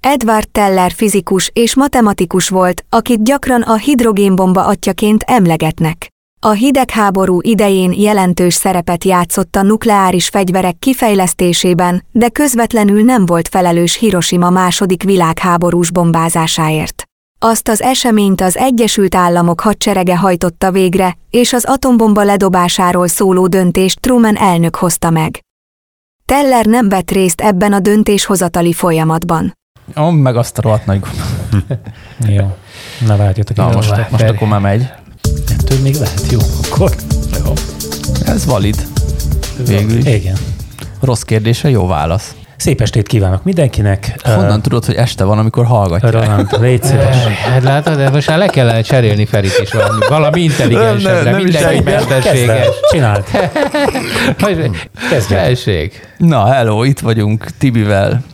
Edward Teller fizikus és matematikus volt, akit gyakran a hidrogénbomba atyjaként emlegetnek. A hidegháború idején jelentős szerepet játszott a nukleáris fegyverek kifejlesztésében, de közvetlenül nem volt felelős Hiroshima második világháborús bombázásáért. Azt az eseményt az Egyesült Államok hadserege hajtotta végre, és az atombomba ledobásáról szóló döntést Truman elnök hozta meg. Teller nem vett részt ebben a döntéshozatali folyamatban. Meg azt a rohadt nagy Jó, na várjatok. Na most akkor már megy. Ettől még lehet jó, akkor. Jó. Ez valid. Végül is. Igen. Rossz kérdése, jó válasz. Szép estét kívánok mindenkinek. Honnan tudod, hogy este van, amikor hallgatják? Roland, légy szíves. Hát látod, de most már le kellene cserélni Ferit is valami intelligensebbre, mindenki mentességes. Csináld. Kezdjük. Na, hello, itt vagyunk Tibivel.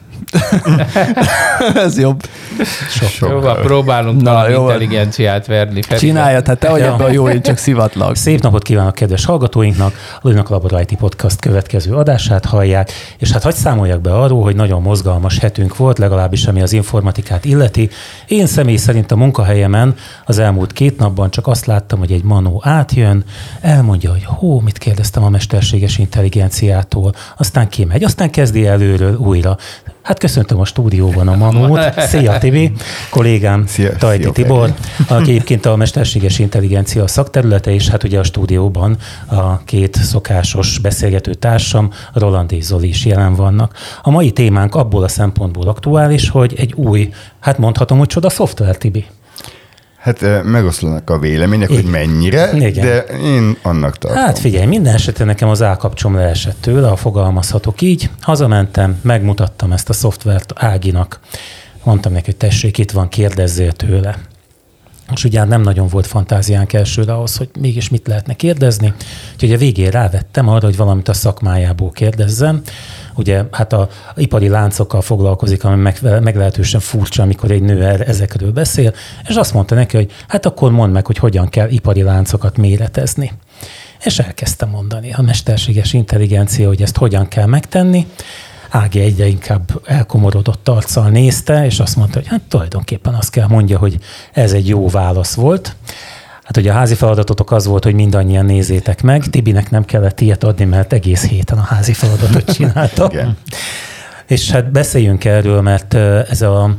Ez jobb. Jóval próbálunk valami intelligenciát verni. Csináljad, hát te vagy ebben a jó, én csak szivatlag. Szép napot kívánok kedves hallgatóinknak, a Lőnök Labora IT Podcast következő adását hallják, és hát hadd számoljak be arról, hogy nagyon mozgalmas hetünk volt, legalábbis ami az informatikát illeti. Én személy szerint a munkahelyemen az elmúlt 2 napban csak azt láttam, hogy egy manó átjön, elmondja, hogy mit kérdeztem a mesterséges intelligenciától, aztán kimegy, aztán kezdi előről újra. Hát köszöntöm a stúdióban a Manót. Szia Tibi, kollégám Tajti Tibor, aki egyébként a mesterséges intelligencia szakterülete, és hát ugye a stúdióban a 2 szokásos beszélgető társam, Roland és Zoli is jelen vannak. A mai témánk abból a szempontból aktuális, hogy egy új, hát mondhatom, hogy csoda szoftver, Tibi. Hát megoszlanak a vélemények, hogy mennyire, igen. De én annak tartom. Hát figyelj, minden esetben nekem az állkapcsom leesett tőle, ha fogalmazhatok így. Hazamentem, megmutattam ezt a szoftvert Áginak. Mondtam neki, hogy tessék, itt van, kérdezzél tőle. És ugye nem nagyon volt fantáziánk elsőre ahhoz, hogy mégis mit lehetne kérdezni. Úgyhogy a végén rávettem arra, hogy valamit a szakmájából kérdezzem. Ugye hát a ipari láncokkal foglalkozik, ami meglehetősen furcsa, amikor egy nő ezekről beszél, és azt mondta neki, hogy hát akkor mondd meg, hogy hogyan kell ipari láncokat méretezni. És elkezdtem mondani a mesterséges intelligencia, hogy ezt hogyan kell megtenni. Ági egyre inkább elkomorodott arccal nézte, és azt mondta, hogy hát tulajdonképpen azt kell mondja, hogy ez egy jó válasz volt. Hát ugye a házi feladatotok az volt, hogy mindannyian nézzétek meg. Tibinek nem kellett ilyet adni, mert egész héten a házi feladatot csinálta. És hát beszéljünk erről, mert ez a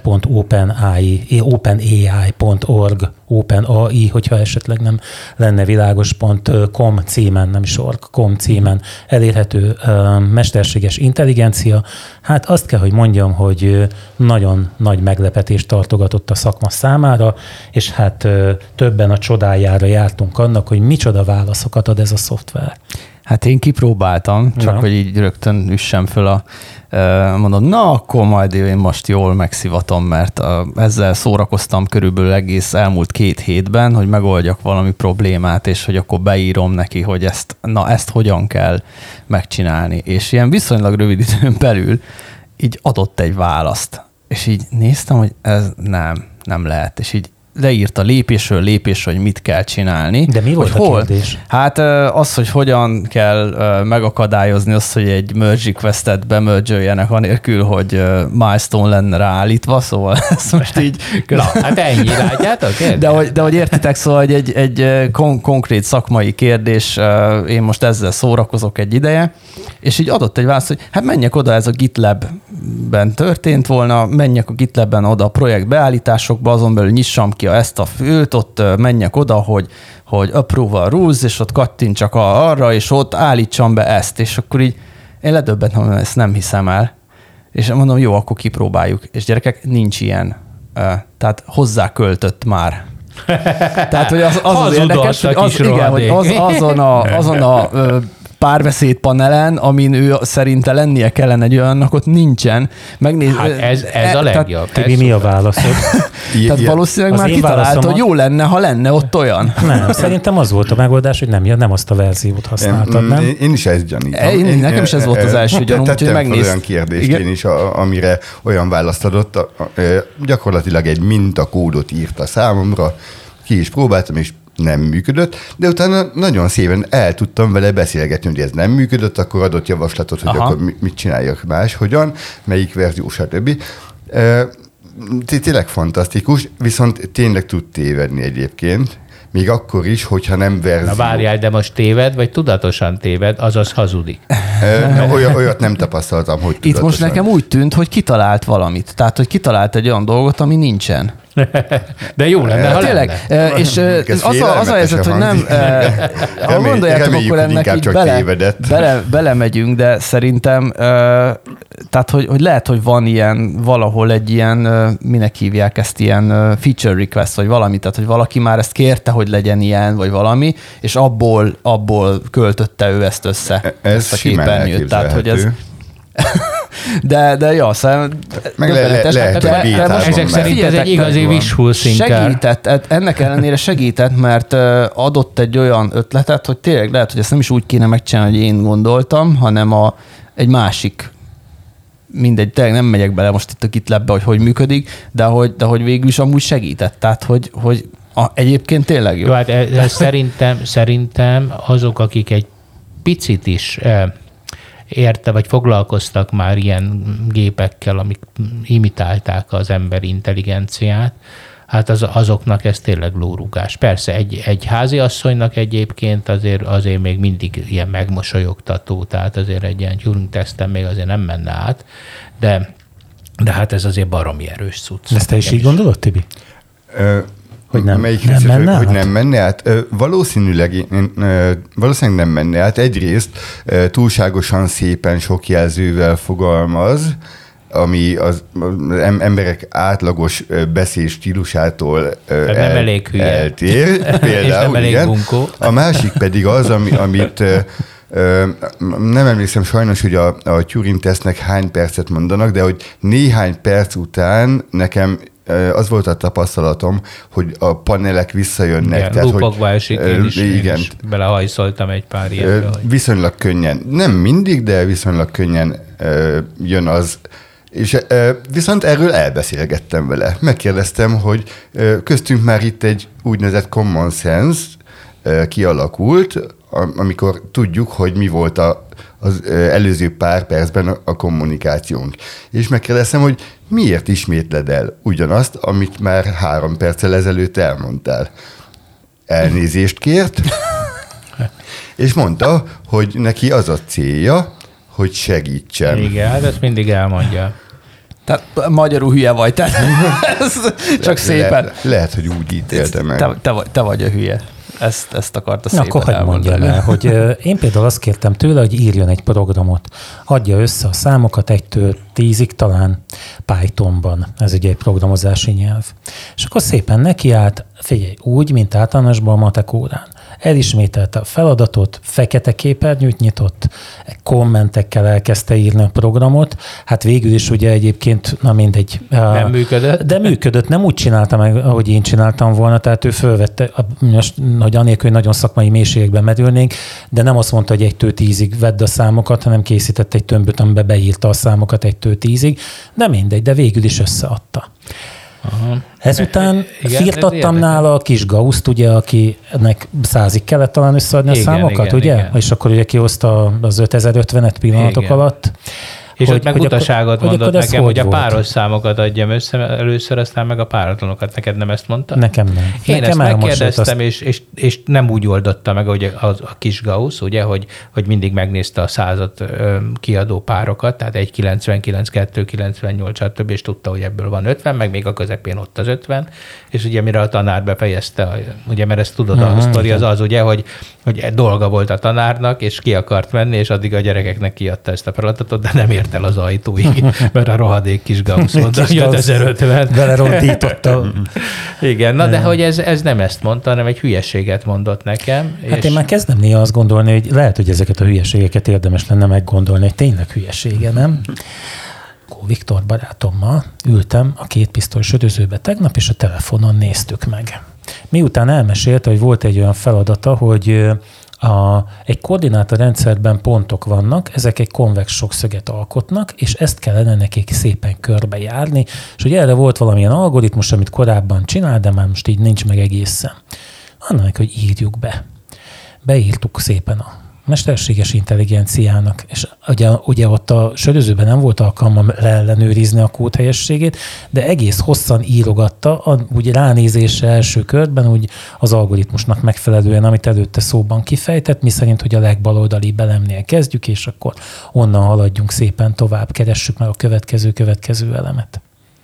chat.openai.org, OpenAI, hogyha esetleg nem lenne világos.com címen, nem is .com címen elérhető mesterséges intelligencia. Hát azt kell, hogy mondjam, hogy nagyon nagy meglepetést tartogatott a szakma számára, és hát többen a csodájára jártunk annak, hogy micsoda válaszokat ad ez a szoftver. Hát én kipróbáltam, csak hogy így rögtön üssem föl mondom, na akkor majd én most jól megszivatom, mert ezzel szórakoztam körülbelül egész elmúlt 2 hétben, hogy megoldjak valami problémát, és hogy akkor beírom neki, hogy ezt hogyan kell megcsinálni. És ilyen viszonylag rövid időn belül így adott egy választ. És így néztem, hogy ez nem lehet. És így leírta lépésről lépésre, hogy mit kell csinálni. De mi volt a kérdés? Hát az, hogy hogyan kell megakadályozni azt, hogy egy merge requestet bemörzsöljenek anélkül, hogy milestone lenne ráállítva, szóval ezt most így... Na, hát ennyi, látjátok? De hogy értitek, szóval hogy egy konkrét szakmai kérdés, én most ezzel szórakozok egy ideje, és így adott egy választ, hogy hát menjek oda, ez a GitLab-ben történt volna, menjek a GitLab-ben oda a projekt beállításokba, azon belül nyissam ki ezt a főt, ott menjek oda, hogy approval rules, és ott kattintsak arra, és ott állítsam be ezt, és akkor így én ledöbbentem, hogy ezt nem hiszem el, és mondom, jó, akkor kipróbáljuk. És gyerekek, nincs ilyen. Tehát hozzá költött már. Tehát, hogy az érdekes, hogy azon a párbeszéd panelen, amin ő szerinte lennie kellene egy olyannak, ott nincsen. Hát ez a legjobb. Tibi, mi a válaszod? Tehát valószínűleg már kitalálta, hogy jó lenne, ha lenne ott olyan. Nem, szerintem az volt a megoldás, hogy nem azt a verziót használtad, nem? Én is ezt gyanítom. Nekem is ez volt az első gyanúm, úgyhogy megnéztem. Olyan kérdést én is, amire olyan választ adott, gyakorlatilag egy mintakódot írta számomra, ki is próbáltam, és nem működött, de utána nagyon szépen el tudtam vele beszélgetni, hogy ez nem működött, akkor adott javaslatot, hogy akkor mit csináljak más, hogyan, melyik verzió, stb. Tényleg fantasztikus, viszont tényleg tud tévedni egyébként. Még akkor is, hogyha nem verzió. Na várjál, de most téved, vagy tudatosan téved, azaz hazudik? Olyat nem tapasztaltam, hogy tudatosan. Itt most nekem úgy tűnt, hogy kitalált valamit. Tehát, hogy kitalált egy olyan dolgot, ami nincsen. De jó lenne, ha tényleg. És az a helyzet, hogy nem... Ha gondoljátok, akkor ennek így belemegyünk, de szerintem tehát, hogy lehet, hogy van ilyen valahol egy ilyen, minek hívják ezt, ilyen feature request, vagy valami, tehát, hogy valaki már ezt kérte, hogy legyen ilyen, vagy valami, és abból költötte ő ezt össze. Ez a képernyőt. Tehát, hogy ez... De jó, szóval ezek szerint ez egy igazi wishful thinker. Segített, ennek ellenére segített, mert adott egy olyan ötletet, hogy tényleg lehet, hogy ezt nem is úgy kéne megcsinálni, hogy én gondoltam, hanem egy másik, mindegy, tényleg nem megyek bele most itt a GitLab-be, hogy működik, de hogy végül is amúgy segített. Tehát, hogy egyébként tényleg jó. Jó, hát szerintem azok, akik egy picit is érte, vagy foglalkoztak már ilyen gépekkel, amik imitálták az emberi intelligenciát, hát azoknak ez tényleg lórugás. Persze egy háziasszonynak egyébként azért még mindig ilyen megmosolyogtató, tehát azért egy ilyen Turing-teszten még azért nem menne át, de hát ez azért baromi erős cucc. Ezt te is így gondolod, Tibi? Hogy nem menne át? Valószínűleg nem menne át. Egyrészt túlságosan szépen sok jelzővel fogalmaz, ami az emberek átlagos beszél stílusától nem elég hülye. Eltér. Például, nem elég bunkó. A másik pedig az, amit nem emlékszem sajnos, hogy a Turing-tesztnek hány percet mondanak, de hogy néhány perc után nekem az volt a tapasztalatom, hogy a panelek visszajönnek. Igen, loopokba esik, én is belehajszoltam egy pár ilyenre. Viszonylag könnyen. Nem mindig, de viszonylag könnyen jön az. És viszont erről elbeszélgettem vele. Megkérdeztem, hogy köztünk már itt egy úgynevezett common sense kialakult, amikor tudjuk, hogy mi volt az előző pár percben a kommunikációnk. És megkérdeztem, hogy miért ismétled el ugyanazt, amit már 3 perccel ezelőtt elmondtál. Elnézést kért, és mondta, hogy neki az a célja, hogy segítsen. Igen, hát ezt mindig elmondja. Tehát magyarul hülye vagy, tehát csak szépen. Lehet, hogy úgy ítélte meg. Te vagy a hülye. Ezt akarta szépen akkor hogy mondjam el, hogy én például azt kértem tőle, hogy írjon egy programot. Adja össze a számokat 1-től 10-ig talán Pythonban. Ez ugye egy programozási nyelv. És akkor szépen nekiállt, figyelj, úgy, mint általánosban a matek órán. Elismételte a feladatot, fekete képernyőt nyitott, kommentekkel elkezdte írni a programot. Hát végül is ugye egyébként, na mindegy. Nem működött? De működött, nem úgy csinálta meg, ahogy én csináltam volna, tehát ő fölvette, hogy anélkül, hogy nagyon szakmai mélységekben merülnénk, de nem azt mondta, hogy 1-től 10-ig vedd a számokat, hanem készített egy tömböt, amiben beírta a számokat 1-től 10-ig, de mindegy, de végül is összeadta. Aha. Ezután firtattam nála a kis Gauszt, ugye, akinek 100-ig kellett talán összeadni a számokat, ugye? Igen. És akkor ugye kihozta az 5050-et pillanatok alatt. És ott meg utaságot mondott nekem, hogy a páros számokat adjam össze először, aztán meg a páratlanokat. Neked nem ezt mondta? Nekem nem. Én ezt megkérdeztem, és nem úgy oldotta meg, hogy a kis Gauss, ugye, hogy mindig megnézte a 100-at kiadó párokat, tehát 1,99, 2,98, stb. És tudta, hogy ebből van 50, meg még a közepén ott az 50, és ugye mire a tanár befejezte, ugye, mert ezt tudod, a sztori az ugye, hogy dolga volt a tanárnak, és ki akart menni, és addig a gyerekeknek kiadta ezt a feladatot, de nem ért el az ajtóig, mert a rohadék kis Gauss mondta, hogy 5050. Belerondította. Igen, na de hogy ez nem ezt mondta, hanem egy hülyeséget mondott nekem. Hát én már kezdem néha azt gondolni, hogy lehet, hogy ezeket a hülyeségeket érdemes lenne meggondolni, hogy tényleg hülyesége, nem? Viktor barátommal ültem a 2 pisztolyos ödözőbe tegnap, és a telefonon néztük meg. Miután elmesélte, hogy volt egy olyan feladata, hogy egy koordinátorrendszerben pontok vannak, ezek egy konvex sokszöget alkotnak, és ezt kellene nekik szépen körbejárni, és ugye erre volt valamilyen algoritmus, amit korábban csinál, de már most így nincs meg egészen. Annak, hogy írjuk be. Beírtuk szépen a mesterséges intelligenciának, és ugye ott a sörözőben nem volt alkalmam leellenőrizni a kód helyességét, de egész hosszan írogatta, úgy ránézésre első körben, úgy az algoritmusnak megfelelően, amit előtte szóban kifejtett, miszerint, hogy a legbaloldalibb elemnél kezdjük, és akkor onnan haladjunk szépen tovább, keressük meg a következő elemet.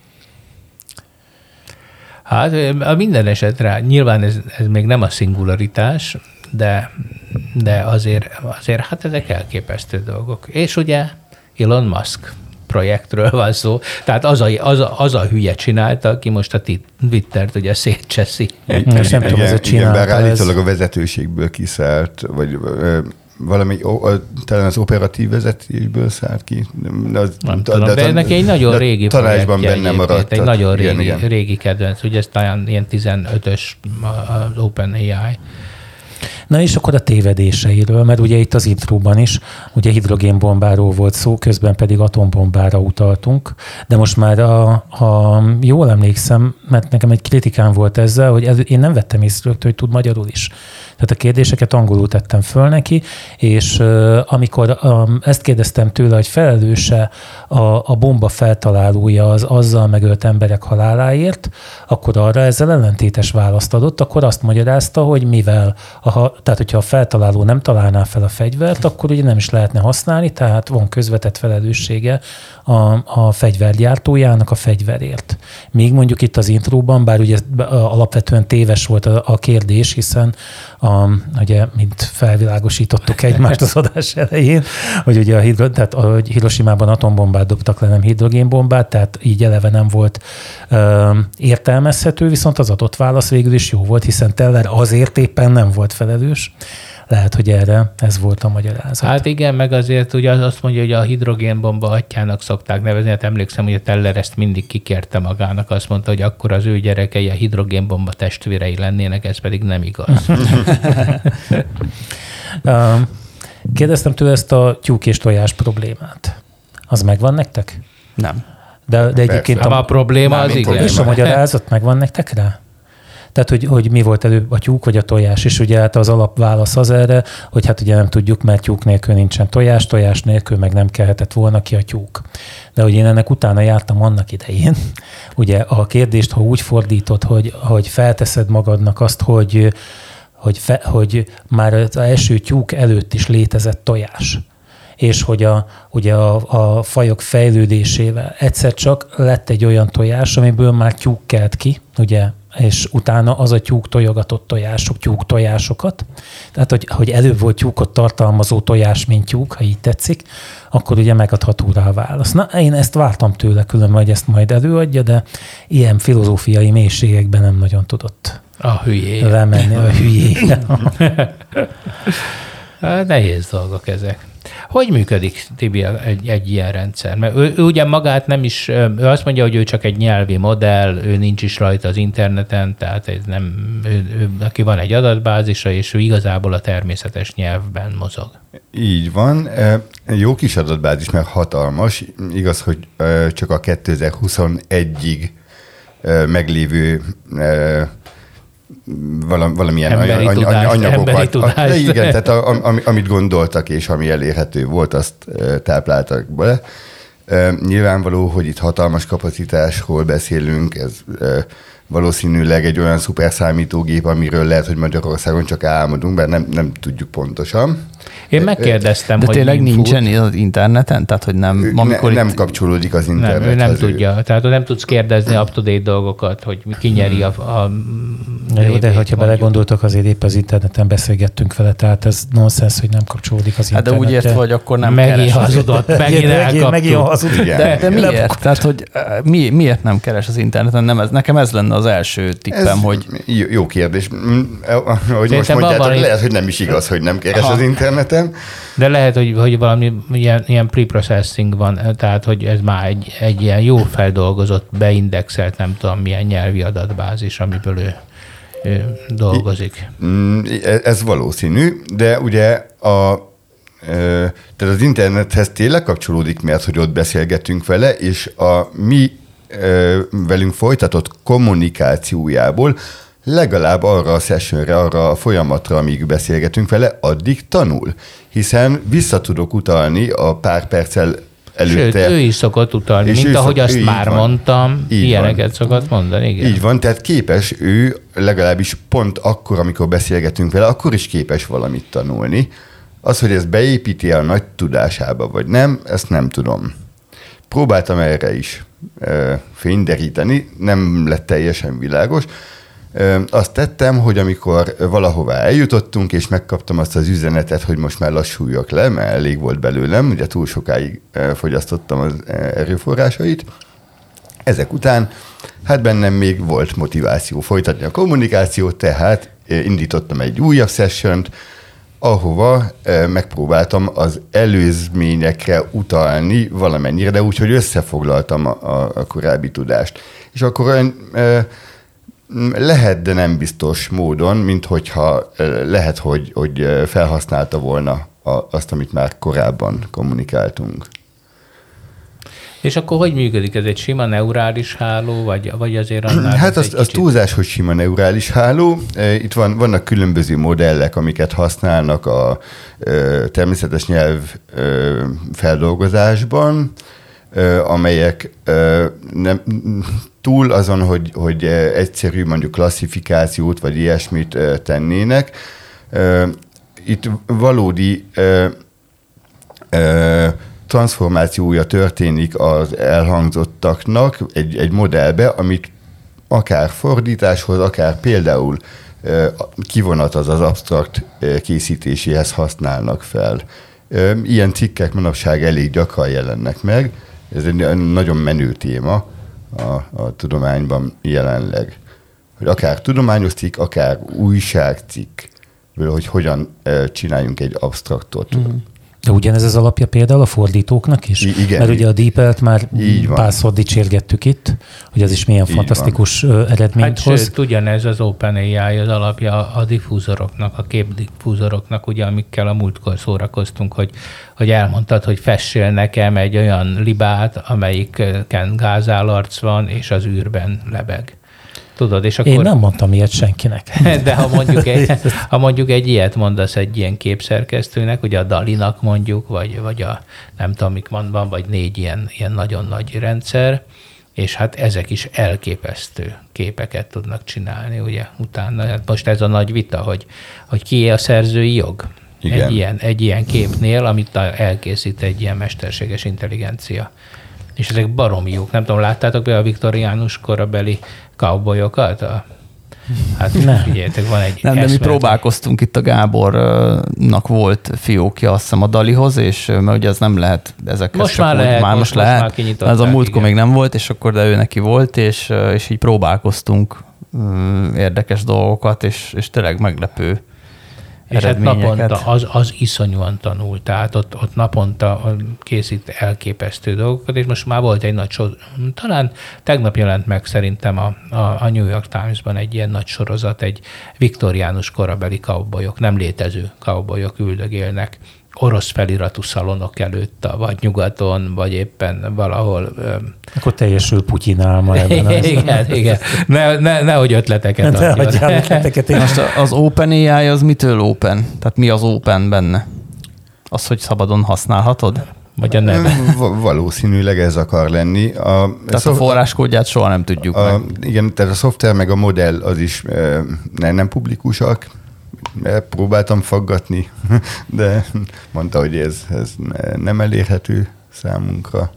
Hát a minden esetre nyilván ez még nem a szingularitás, de azért hát ezek elképesztő dolgok. És ugye Elon Musk projektről van szó, tehát az a hülye csinálta, aki most a Twittert ugye szétcseszi. Igen, bár állítólag a vezetőségből kiszállt, vagy valami, talán az operatív vezetésből szállt ki. De neki egy nagyon régi tanácsban benne maradt. Egy nagyon régi kedvenc, ugye ez talán ilyen 15-ös az OpenAI. Na és akkor a tévedéseiről, mert ugye itt az intróban is, ugye hidrogénbombáról volt szó, közben pedig atombombára utaltunk, de most már, ha jól emlékszem, mert nekem egy kritikám volt ezzel, hogy én nem vettem észre, hogy tud magyarul is. Tehát a kérdéseket angolul tettem föl neki, és amikor ezt kérdeztem tőle, hogy felelőse a bomba feltalálója az azzal megölt emberek haláláért, akkor arra ezzel ellentétes választ adott, akkor azt magyarázta, hogy mivel, tehát hogyha a feltaláló nem találná fel a fegyvert, akkor ugye nem is lehetne használni, tehát van közvetett felelőssége a fegyvergyártójának a fegyverért. Míg mondjuk itt az intróban, bár ugye alapvetően téves volt a kérdés, hiszen ugye, mint felvilágosítottuk egymást az adás elején, hogy ugye tehát, hogy Hiroshimában atombombát dobtak le, nem hidrogénbombát, tehát így eleve nem volt értelmezhető, viszont az adott válasz végül is jó volt, hiszen Teller azért éppen nem volt felelős. Lehet, hogy erre ez volt a magyarázat. Hát igen, meg azért ugye azt mondja, hogy a hidrogénbomba atyának szokták nevezni. Hát emlékszem, hogy a Teller ezt mindig kikérte magának. Azt mondta, hogy akkor az ő gyerekei a hidrogénbomba testvérei lennének, ez pedig nem igaz. Kérdeztem tőle ezt a tyúk és tojás problémát. Az megvan nektek? Nem. De egyébként a probléma az igen. És a magyarázat megvan nektek rá? Tehát, hogy mi volt előbb, a tyúk vagy a tojás, és ugye hát az alapválasz az erre, hogy hát ugye nem tudjuk, mert tyúk nélkül nincsen tojás, tojás nélkül meg nem kelhetett volna ki a tyúk. De hogy én ennek utána jártam annak idején, ugye a kérdést, ha úgy fordítod, hogy felteszed magadnak azt, hogy már az első tyúk előtt is létezett tojás, és hogy ugye a fajok fejlődésével egyszer csak lett egy olyan tojás, amiből már tyúk kelt ki, ugye, és utána az a tyúk tojogatott tojások, tyúk tojásokat. Tehát, hogy előbb volt tyúkot tartalmazó tojás, mint tyúk, ha így tetszik, akkor ugye megadható rá a válasz. Na, én ezt vártam tőle különben, hogy ezt majd előadja, de ilyen filozófiai mélységekben nem nagyon tudott lemenni a hülyé. Nehéz dolgok ezek. Hogy működik, Tibi, egy ilyen rendszer? Mert ő ugye magát nem is, ő azt mondja, hogy ő csak egy nyelvi modell, ő nincs is rajta az interneten, tehát ez nem, neki van egy adatbázisa, és ő igazából a természetes nyelvben mozog. Így van. Jó kis adatbázis, mert hatalmas. Igaz, hogy csak a 2021-ig meglévő valamilyen anyagokat. Igen, tehát amit gondoltak, és ami elérhető volt, azt tápláltak bele. Nyilvánvaló, hogy itt hatalmas kapacitásról beszélünk, ez valószínűleg egy olyan szuperszámítógép, amiről lehet, hogy Magyarországon csak álmodunk, bár nem tudjuk pontosan. Én megkérdeztem, de hogy tényleg nincsen az interneten? Tehát, hogy nem, nem kapcsolódik az internethez. Nem, ő nem tudja. Tehát nem tudsz kérdezni up-to-date dolgokat, hogy ki nyeri a jó, de hogyha belegondoltak, azért épp az interneten beszélgettünk vele, tehát ez nonsens, hogy nem kapcsolódik az internetre. De úgy értve, hogy akkor nem megint hazudott, megint elkaptuk. De miért? Tehát, hogy miért nem keres az interneten? Nekem ez lenne az első tippem, hogy... Jó kérdés. Hogy most mondjátok, lehet, hogy nem is igaz, hogy nem keres az interneten. De lehet, hogy valami ilyen pre-processing van, tehát hogy ez már egy ilyen jó feldolgozott, beindexelt, nem tudom milyen nyelvi adatbázis, amiből ő dolgozik. Ez valószínű, de ugye tehát az internethez tényleg kapcsolódik, mert hogy ott beszélgetünk vele, és a mi velünk folytatott kommunikációjából legalább arra a sessionre, arra a folyamatra, amíg beszélgetünk vele, addig tanul. Hiszen vissza tudok utalni a pár perccel előtte. Sőt, ő is szokott utalni, mint ahogy azt már mondtam, ilyeneket szokott mondani. Igen. Így van, tehát képes ő, legalábbis pont akkor, amikor beszélgetünk vele, akkor is képes valamit tanulni. Az, hogy ezt beépíti a nagy tudásába, vagy nem, ezt nem tudom. Próbáltam erre is fényderíteni, nem lett teljesen világos. Azt tettem, hogy amikor valahová eljutottunk, és megkaptam azt az üzenetet, hogy most már lassuljak le, mert elég volt belőlem, ugye túl sokáig fogyasztottam az erőforrásait. Ezek után, hát bennem még volt motiváció folytatni a kommunikációt, tehát indítottam egy újabb sessiont, ahova megpróbáltam az előzményekre utalni valamennyire, de úgy, hogy összefoglaltam a korábbi tudást. És akkor olyan lehet, de nem biztos módon, mint hogyha lehet, hogy felhasználta volna azt, amit már korábban kommunikáltunk. És akkor hogy működik? Ez egy sima neurális háló, vagy azért annál? Hát az túlzás, hogy sima neurális háló. Itt vannak különböző modellek, amiket használnak a természetes nyelv feldolgozásban, amelyek nem túl azon, hogy egyszerű mondjuk klasszifikációt vagy ilyesmit tennének. Itt valódi transformációja történik az elhangzottaknak egy modellbe, amit akár fordításhoz, akár például kivonat az absztrakt készítéséhez használnak fel. Ilyen cikkek manapság elég gyakran jelennek meg. Ez egy nagyon menő téma a tudományban jelenleg. Hogy akár tudományos cikk, akár újságcikk, hogy hogyan csináljunk egy absztraktot. Mm. De ugyanez az alapja például a fordítóknak is? Igen. Mert ugye a DeepL-t már párszor dicsérgettük itt, hogy az is milyen fantasztikus eredményt hoz. Sőt, ugyanez az OpenAI az alapja a diffúzoroknak, a képdiffúzoroknak, ugye, amikkel a múltkor szórakoztunk, hogy elmondtad, hogy fessél nekem egy olyan libát, amelyiken gázálarc van, és az űrben lebeg. Tudod, és akkor... Én nem mondtam ilyet senkinek. De ha mondjuk egy ilyet mondasz egy ilyen képszerkesztőnek, ugye a DALI-nak mondjuk, vagy a nem tudom, mik van, vagy 4 ilyen nagyon nagy rendszer, és hát ezek is elképesztő képeket tudnak csinálni, ugye, utána. Most ez a nagy vita, hogy kié a szerzői jog egy ilyen képnél, amit elkészít egy ilyen mesterséges intelligencia. És ezek baromi jók. Nem tudom, láttátok be a viktoriánus korabeli cowboyokat? Hát figyeljetek, van egy nem, de mi próbálkoztunk itt, a Gábornak volt fiókja, azt hiszem, a Dalihoz, és mert ugye ez nem lehet ezekhez. Most már lehet. Most lehet. Ez a múltkor még nem volt, és akkor de ő neki volt, és így próbálkoztunk érdekes dolgokat, és tényleg meglepő és hát naponta az iszonyúan tanul, tehát ott naponta készít elképesztő dolgokat, és most már volt egy nagy talán tegnap jelent meg szerintem a New York Times-ban egy ilyen nagy sorozat, egy viktoriánus korabeli cowboyok, nem létező cowboyok üldögélnek orosz feliratú szalonok előtt, vagy nyugaton, vagy éppen valahol. Akkor teljesül Putyin álma ebben. Igen. Nehogy ötleteket adjon. Most az OpenAI az mitől open? Tehát mi az open benne? Az, hogy szabadon használhatod? Vagy a neve? Valószínűleg ez akar lenni. Tehát a forráskódját soha nem tudjuk meg. Igen, tehát a szoftver meg a modell az is nem publikusak. Próbáltam faggatni, de mondta, hogy ez nem elérhető számunkra.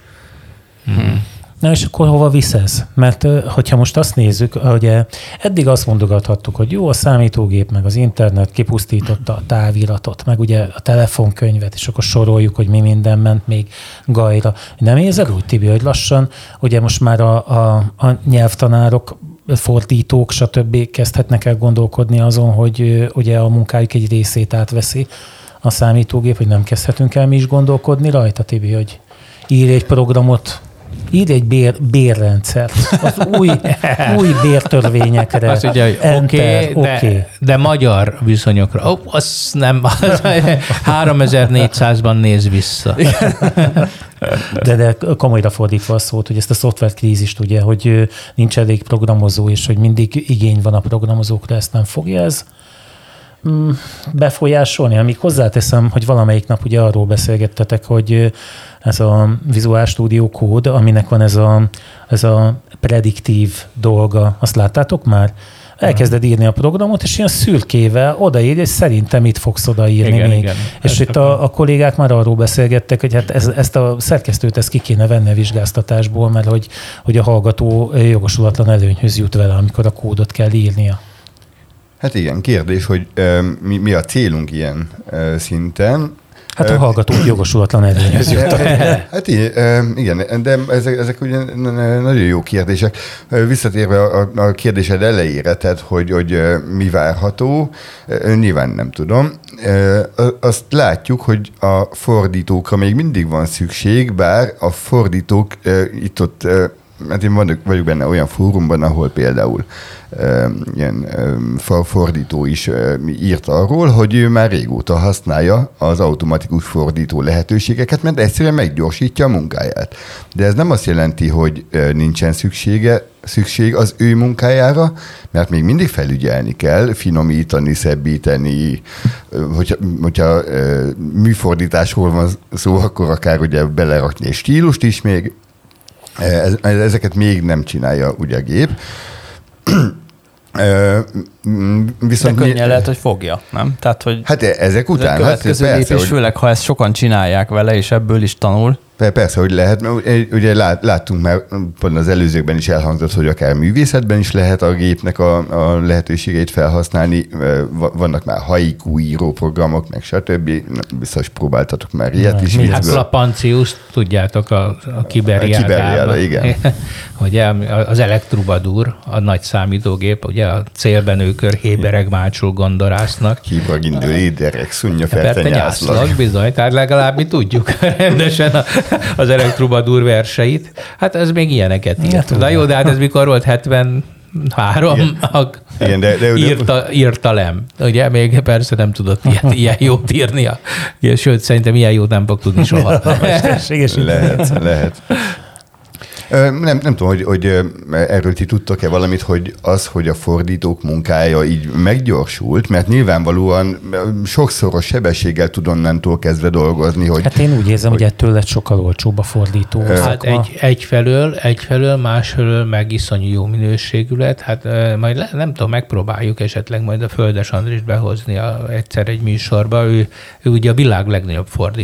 Na és akkor hova visz ez? Mert hogyha most azt nézzük, hogy eddig azt mondogathattuk, hogy jó, a számítógép meg az internet kipusztította a táviratot, meg ugye a telefonkönyvet, és akkor soroljuk, hogy mi minden ment még gajra. Nem érzed úgy, Tibi, hogy lassan, ugye most már a nyelvtanárok, fordítók, stb. Kezdhetnek el gondolkodni azon, hogy ugye a munkájuk egy részét átveszi a számítógép, hogy nem kezdhetünk el mi is gondolkodni rajta, Tibi, hogy írj egy programot Írj egy bérrendszert. Az új bértörvényekre. Azt ugye, hogy de magyar viszonyokra. Az nem, 3400-ban néz vissza. De komolyra fordítva a szót, hogy ezt a szoftverkrízist, ugye, hogy nincs elég programozó, és hogy mindig igény van a programozókra, ezt nem fogja ez befolyásolni. Amíg hozzáteszem, hogy valamelyik nap ugye arról beszélgettetek, hogy ez a Visual Studio Code, aminek van ez a prediktív dolga, azt láttátok már? Elkezded írni a programot, és ilyen szürkével odaírja, hogy szerintem mit fogsz odaírni igen, még. Igen. És itt a kollégák már arról beszélgettek, hogy hát ezt a szerkesztőt ezt ki kéne venni a vizsgáztatásból, mert hogy a hallgató jogosulatlan előnyhöz jut vele, amikor a kódot kell írnia. Hát igen, kérdés, hogy mi a célunk ilyen szinten. Hát a hallgatók jogosulatlan előnyhöz jutnak. Hát igen, de ezek ugye nagyon jó kérdések. Visszatérve a kérdésed elejére, tehát hogy mi várható, nyilván nem tudom. Azt látjuk, hogy a fordítókra még mindig van szükség, bár a fordítók itt-ott, hát én vagyok benne olyan fórumban, ahol például ilyen fordító is írt arról, hogy ő már régóta használja az automatikus fordító lehetőségeket, mert egyszerűen meggyorsítja a munkáját. De ez nem azt jelenti, hogy nincsen szükség az ő munkájára, mert még mindig felügyelni kell, finomítani, szebbíteni, hogyha műfordításról van szó, akkor akár ugye belerakni egy stílust is még. Ezeket még nem csinálja ugye a gép. Viszont de könnyen lehet, hogy fogja, nem? Tehát, hogy hát ezek után. Ez a következő lépés, hogy főleg, ha ezt sokan csinálják vele, és ebből is tanul. Persze, hogy lehet. Ugye láttunk már, pont az előzőkben is elhangzott, hogy akár művészetben is lehet a gépnek a lehetőségeit felhasználni. Vannak már haiku író programok, meg stb. Biztos próbáltatok már ilyet is. Hát Lapancius, tudjátok, a Kiberiádában. Igen. Ugye az Elektrubadur, a nagy számítógép, ugye a célbenőkör hébereg mácsul gondolásznak. Kibragindő éderek, szunja fertenyászlak. Bizony, tehát legalább mi tudjuk rendesen az Elektrubadur verseit. Hát ez még ilyeneket írt. Na jó, de hát ez mikor volt? 73? Igen, de írta Lem. Ugye még persze nem tudott ilyen jót írnia. Sőt, szerintem ilyen jót nem fog tudni soha. Lehet. Nem tudom, hogy erről ti tudtok-e valamit, hogy hogy a fordítók munkája így meggyorsult, mert nyilvánvalóan sokszoros sebességgel tud onnantól kezdve dolgozni, hogy... Hát én úgy érzem, hogy ettől lett sokkal olcsóbb a fordító. Hát egyfelől, másfelől meg iszonyú jó minőségű lett. Hát majd nem tudom, megpróbáljuk esetleg majd a Földes Andrist behozni egyszer egy műsorba. Ő ugye a világ legnagyobb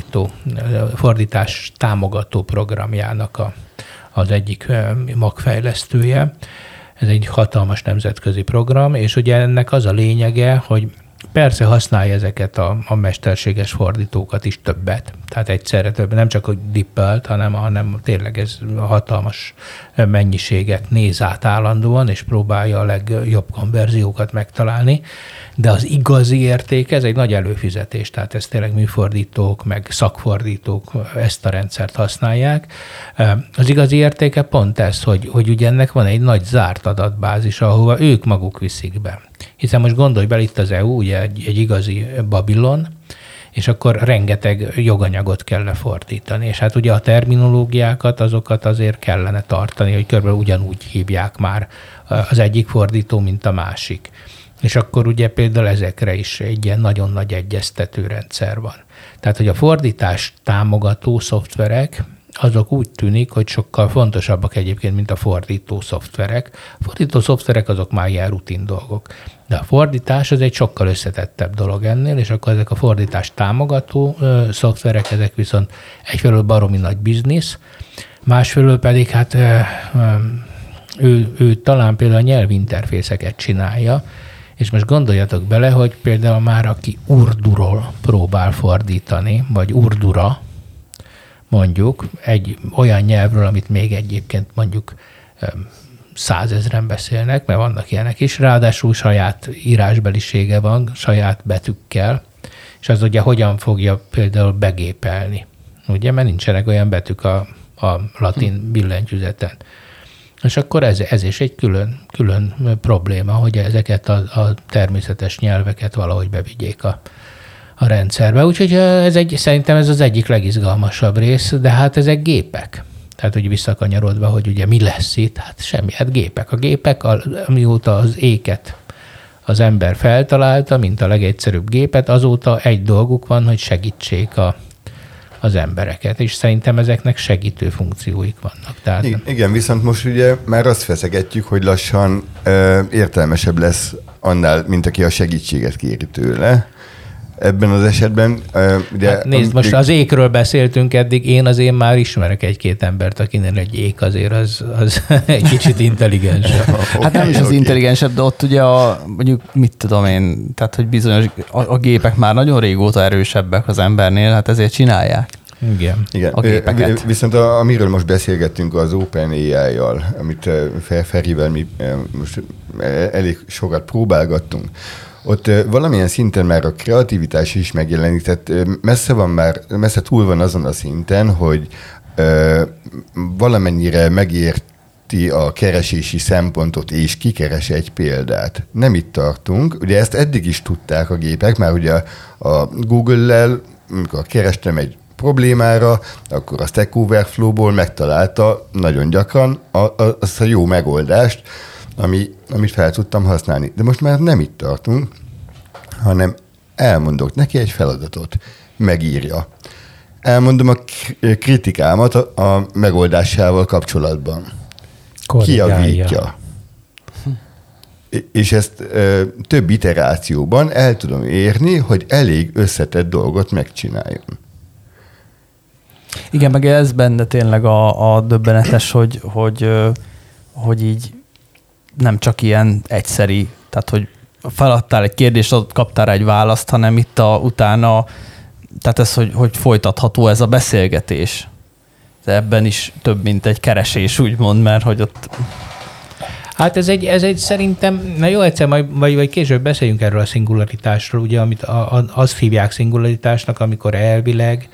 fordítás támogató programjának az egyik magfejlesztője. Ez egy hatalmas nemzetközi program, és ugye ennek az a lényege, hogy persze használja ezeket a mesterséges fordítókat is többet. Tehát egyszerre többet, nem csak hogy dippelt, hanem tényleg ez hatalmas mennyiséget néz át állandóan, és próbálja a legjobb konverziókat megtalálni. De az igazi érték, ez egy nagy előfizetés, tehát ez tényleg műfordítók, meg szakfordítók ezt a rendszert használják. Az igazi értéke pont ez, hogy ugye ennek van egy nagy zárt adatbázis, ahova ők maguk viszik be. Hiszen most gondolj bele, itt az EU, ugye egy igazi Babilon, és akkor rengeteg joganyagot kell lefordítani. És hát ugye a terminológiákat, azokat azért kellene tartani, hogy körülbelül ugyanúgy hívják már az egyik fordító, mint a másik. És akkor ugye például ezekre is egy ilyen nagyon nagy egyeztető rendszer van. Tehát, hogy a fordítás támogató szoftverek, azok úgy tűnik, hogy sokkal fontosabbak egyébként, mint a fordító szoftverek. A fordító szoftverek azok már ilyen rutin dolgok. De a fordítás az egy sokkal összetettebb dolog ennél, és akkor ezek a fordítás támogató szoftverek, ezek viszont egyfelől baromi nagy biznisz, másfelől pedig hát ő talán például a nyelvinterfészeket csinálja, és most gondoljatok bele, hogy például már aki urduról próbál fordítani, vagy urdura, mondjuk, egy olyan nyelvről, amit még egyébként mondjuk 100 000-en beszélnek, mert vannak ilyenek is, ráadásul saját írásbelisége van, saját betűkkel, és az ugye hogyan fogja például begépelni, ugye, mert nincsenek olyan betűk a a latin billentyűzeten. És akkor ez is egy külön probléma, hogy ezeket a természetes nyelveket valahogy bevigyék a rendszerbe. Úgyhogy szerintem ez az egyik legizgalmasabb rész, de hát ezek gépek. Tehát, hogy visszakanyarodva, hogy ugye mi lesz itt, hát semmi, hát gépek. A gépek, amióta az éket az ember feltalálta, mint a legegyszerűbb gépet, azóta egy dolguk van, hogy segítsék az embereket, és szerintem ezeknek segítő funkcióik vannak. Tehát igen, viszont most ugye már azt feszegetjük, hogy lassan értelmesebb lesz annál, mint aki a segítséget kéri tőle. Ebben az esetben... ugye, hát nézd, most az ékről beszéltünk eddig, én már ismerek egy-két embert, akinek egy ék azért az egy kicsit intelligensebb. Hát nem is az intelligensebb, de ott ugye mondjuk mit tudom én, tehát hogy bizonyos a gépek már nagyon régóta erősebbek az embernél, hát ezért csinálják. Igen. A gépeket. Viszont amiről most beszélgettünk az OpenAI-jal, amit Ferivel mi most elég sokat próbálgattunk, ott valamilyen szinten már a kreativitás is megjelenik, tehát messze túl van azon a szinten, hogy valamennyire megérti a keresési szempontot, és kikeres egy példát. Nem itt tartunk. Ugye ezt eddig is tudták a gépek, már ugye a Google-lel, amikor kerestem egy problémára, akkor a Stack Overflow-ból megtalálta nagyon gyakran azt a jó megoldást, amit fel tudtam használni. De most már nem itt tartunk, hanem elmondok neki egy feladatot, megírja. Elmondom a kritikámat a megoldásával kapcsolatban. Kijavítja. És ezt több iterációban el tudom érni, hogy elég összetett dolgot megcsináljon. Igen, meg ez benne tényleg a döbbenetes, hogy így nem csak ilyen egyszeri, tehát hogy feladtál egy kérdést, kaptál rá egy választ, hanem itt utána, tehát ez, hogy folytatható ez a beszélgetés. De ebben is több, mint egy keresés, úgymond, mert hogy ott... Hát ez egy szerintem, na jó, egyszer vagy később beszéljünk erről a szingularitásról, ugye, amit azt hívják szingularitásnak, amikor elvileg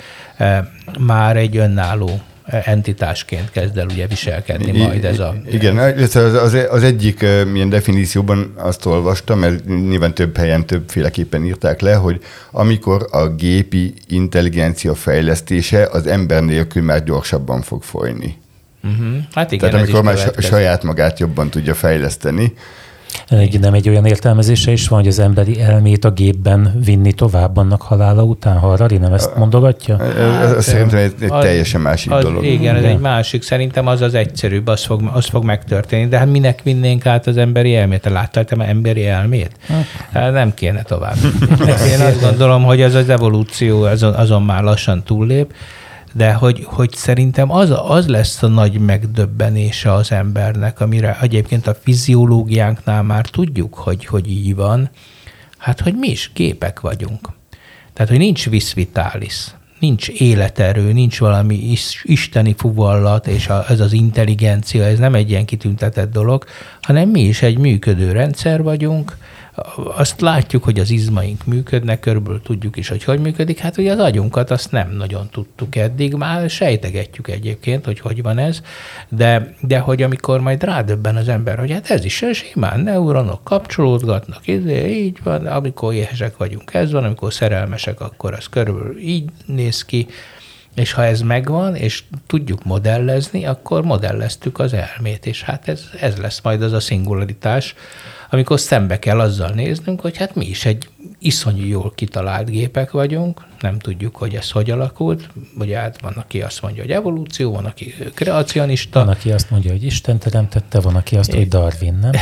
már egy önálló entitásként kezd el ugye viselkedni majd ez a... Igen, az egyik ilyen definícióban azt olvastam, mert nyilván több helyen többféleképpen írták le, hogy amikor a gépi intelligencia fejlesztése az ember nélkül már gyorsabban fog folyni. Hát igen, tehát amikor már saját magát jobban tudja fejleszteni. Nem egy olyan értelmezése is van, hogy az emberi elmét a gépben vinni tovább annak halála után, Harari, nem ezt mondogatja? Hát, szerintem egy teljesen másik dolog. Igen, ez egy másik. Szerintem az egyszerűbb, az fog megtörténni. De hát minek vinnénk át az emberi elmét? Láttál te már emberi elmét? Hát nem kéne tovább. Én azt gondolom, hogy ez az evolúció azon már lassan túllép, de hogy szerintem az lesz a nagy megdöbbenése az embernek, amire egyébként a fiziológiánknál már tudjuk, hogy így van, hát hogy mi is gépek vagyunk. Tehát, hogy nincs vis vitalis, nincs életerő, nincs valami isteni fuvallat, és ez az intelligencia, ez nem egy ilyen kitüntetett dolog, hanem mi is egy működő rendszer vagyunk. Azt látjuk, hogy az izmaink működnek, körülbelül tudjuk is, hogy működik. Hát ugye az agyunkat azt nem nagyon tudtuk eddig, már sejtegetjük egyébként, hogy van ez, de hogy amikor majd rádöbben az ember, hogy hát ez is simán neuronok kapcsolódgatnak, így van, amikor éhesek vagyunk, ez van, amikor szerelmesek, akkor az körülbelül így néz ki, és ha ez megvan, és tudjuk modellezni, akkor modelleztük az elmét, és hát ez lesz majd az a szingularitás, amikor szembe kell azzal néznünk, hogy hát mi is egy iszonyú jól kitalált gépek vagyunk, nem tudjuk, hogy ez hogy alakult, ugye hát van, aki azt mondja, hogy evolúció, van, aki kreacionista. Van, aki azt mondja, hogy Isten teremtette, van, aki azt, hogy Darwin, nem?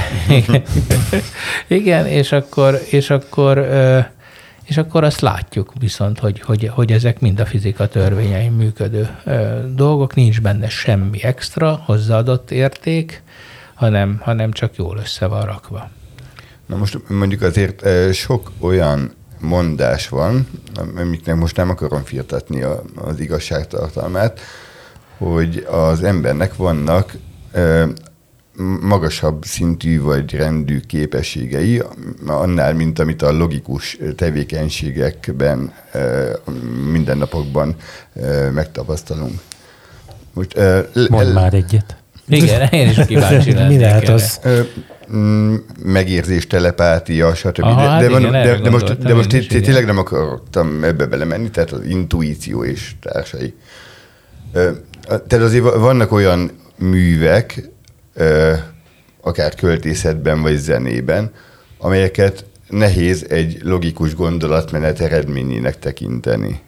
Igen, és akkor azt látjuk viszont, hogy ezek mind a fizika törvényein működő dolgok, nincs benne semmi extra, hozzáadott érték, hanem csak jól össze van rakva. Na most mondjuk azért sok olyan mondás van, amiknek most nem akarom firtatni az igazságtartalmát, hogy az embernek vannak magasabb szintű vagy rendű képességei annál, mint amit a logikus tevékenységekben, mindennapokban megtapasztalunk. Most, Mondd már egyet. Igen, én is kíváncsi lennék. Mi lehet az? Megérzés, telepátia, stb. Aha, De most tényleg nem akartam ebbe belemenni, tehát az intuíció és társai. Tehát azért vannak olyan művek, akár költészetben vagy zenében, amelyeket nehéz egy logikus gondolatmenet eredményének tekinteni.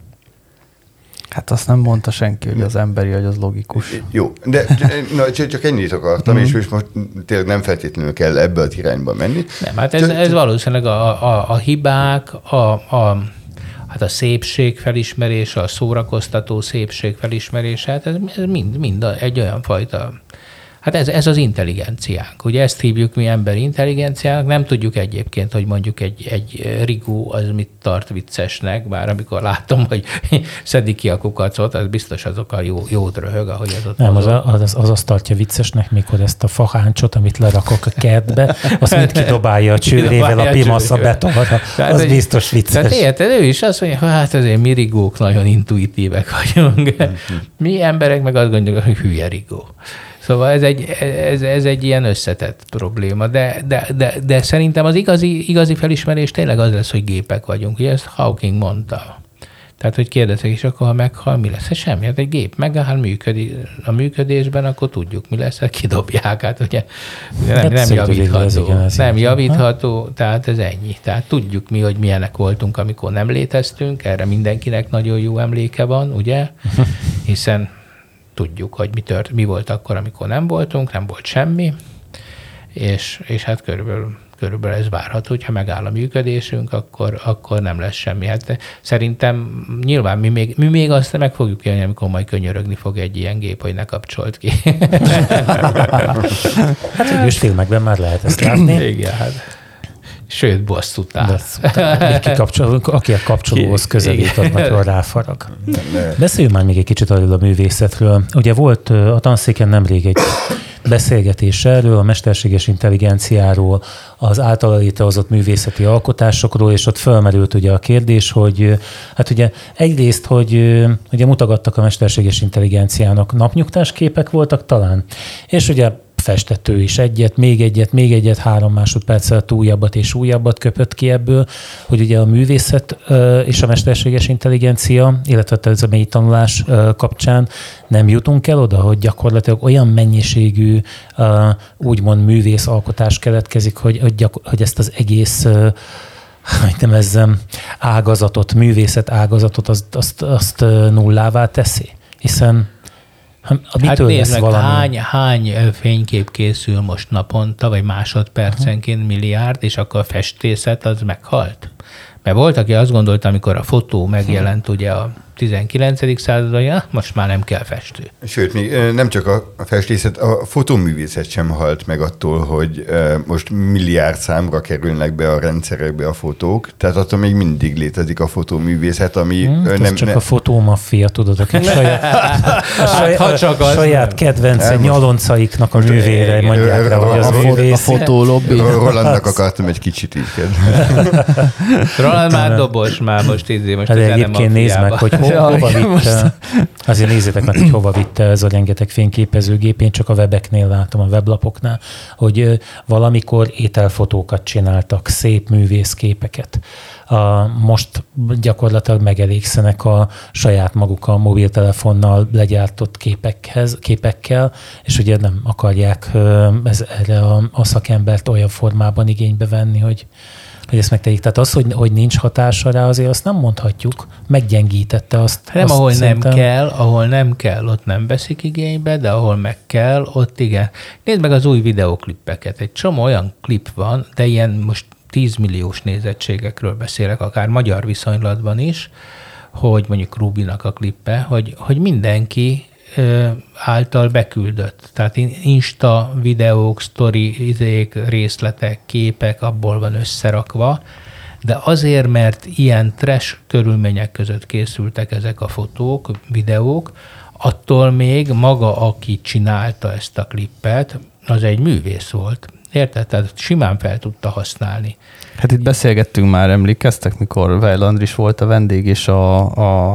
Hát azt nem mondta senki, hogy az emberi agy az logikus. Jó, de csak ennyit akartam, és most tényleg nem feltétlenül kell ebbe az irányba menni. Nem, hát ez valószínűleg a hibák, hát a szépség felismerése, a szórakoztató szépség felismerése, hát ez mind egy olyan fajta. Hát ez az intelligenciánk. Ugye ezt hívjuk mi emberi intelligenciának, nem tudjuk egyébként, hogy mondjuk egy rigó az mit tart viccesnek, bár amikor látom, hogy szedi ki a kukacot, az biztos azok a jót röhög, ahogy az ott nem, az tartja viccesnek, mikor ezt a faháncsot, amit lerakok a kertbe, azt mind kidobálja a csőrével, a pimasz a betonra, az biztos vicces. Tehát érted, ő is azt mondja, hogy hát azért mi rigók nagyon intuitívek vagyunk. Mi emberek meg azt gondoljuk, hogy hülye rigó. Szóval ez egy ilyen összetett probléma, de szerintem az igazi felismerés tényleg az lesz, hogy gépek vagyunk. Ugye ezt Hawking mondta. Tehát, hogy kérdezek, és akkor ha meghal, mi lesz? Semmi. Hát egy gép megáll a működésben, akkor tudjuk, mi lesz, kidobják. Hát ugye nem javítható. Nem javítható, tehát ez ennyi. Tehát tudjuk mi, hogy milyenek voltunk, amikor nem léteztünk. Erre mindenkinek nagyon jó emléke van, ugye? Hiszen tudjuk, hogy mi volt akkor, amikor nem volt semmi, és hát körülbelül ez várható, hogyha megáll a működésünk, akkor nem lesz semmi. Hát szerintem nyilván mi még azt meg fogjuk élni, amikor majd könyörögni fog egy ilyen gép, hogy ne kapcsolt ki. Hát egyes filmekben már lehet ezt látni. Igen, hát. Sőt, bosszút áll. Aki a kapcsolóhoz közelít, az nagyon ráfarag. Beszéljünk már még egy kicsit arról a művészetről. Ugye volt a tanszéken nemrég egy beszélgetés erről, a mesterséges intelligenciáról, az általa létrehozott művészeti alkotásokról, és ott felmerült ugye a kérdés, hogy hát ugye egyrészt, hogy ugye mutogattak a mesterséges intelligenciának, napnyugtás képek voltak talán, és ugye festett ő is egyet, 3 másodperccel újabbat és újabbat köpött ki ebből, hogy ugye a művészet és a mesterséges intelligencia, illetve ez a mély tanulás kapcsán nem jutunk el oda, hogy gyakorlatilag olyan mennyiségű úgymond művész alkotás keletkezik, hogy ezt az egész hogy nevezzem, ágazatot, művészet ágazatot azt nullává teszi. Hiszen hát nézd meg, hány fénykép készül most naponta, vagy másodpercenként milliárd, és akkor a festészet az meghalt. Mert volt, aki azt gondolta, amikor a fotó megjelent ugye a 19. században, most már nem kell festő. Sőt, még nem csak a festészet, a fotóművészet sem halt meg attól, hogy most milliárd számra kerülnek be a rendszerekbe a fotók, tehát attól még mindig létezik a fotóművészet, ami a fotómaffia, tudod, akik saját kedvenc nyaloncaiknak a művére mondják rá, hogy az művész. A fotólobbi. Rolandnak akartam egy kicsit így. Roland már dobos, már most hát egyébként nézd meg, hogy hova vitte. Azért nézzétek meg, hogy hova vitte ez a rengeteg fényképezőgép. Én csak a webeknél látom, a weblapoknál, hogy valamikor ételfotókat csináltak, szép művészképeket. Most gyakorlatilag megelégszenek a saját maguk a mobiltelefonnal legyártott képekkel, és ugye nem akarják erre a szakembert olyan formában igénybe venni, hogy ezt megtegyék. Tehát az, hogy nincs hatása rá, azért azt nem mondhatjuk. Meggyengítette azt. Nem, ahol nem kell, ott nem veszik igénybe, de ahol meg kell, ott igen. Nézd meg az új videóklippeket. Egy csomó olyan klip van, de ilyen most 10 milliós nézettségekről beszélek, akár magyar viszonylatban is, hogy mondjuk Rubinak a klippe, hogy mindenki által beküldött. Tehát Insta videók, sztori, részletek, képek abból van összerakva, de azért, mert ilyen trash körülmények között készültek ezek a fotók, videók, attól még maga, aki csinálta ezt a klippet, az egy művész volt. Érted? Tehát simán fel tudta használni. Hát itt beszélgettünk már, emlékeztek, mikor Weil Andris volt a vendég, és a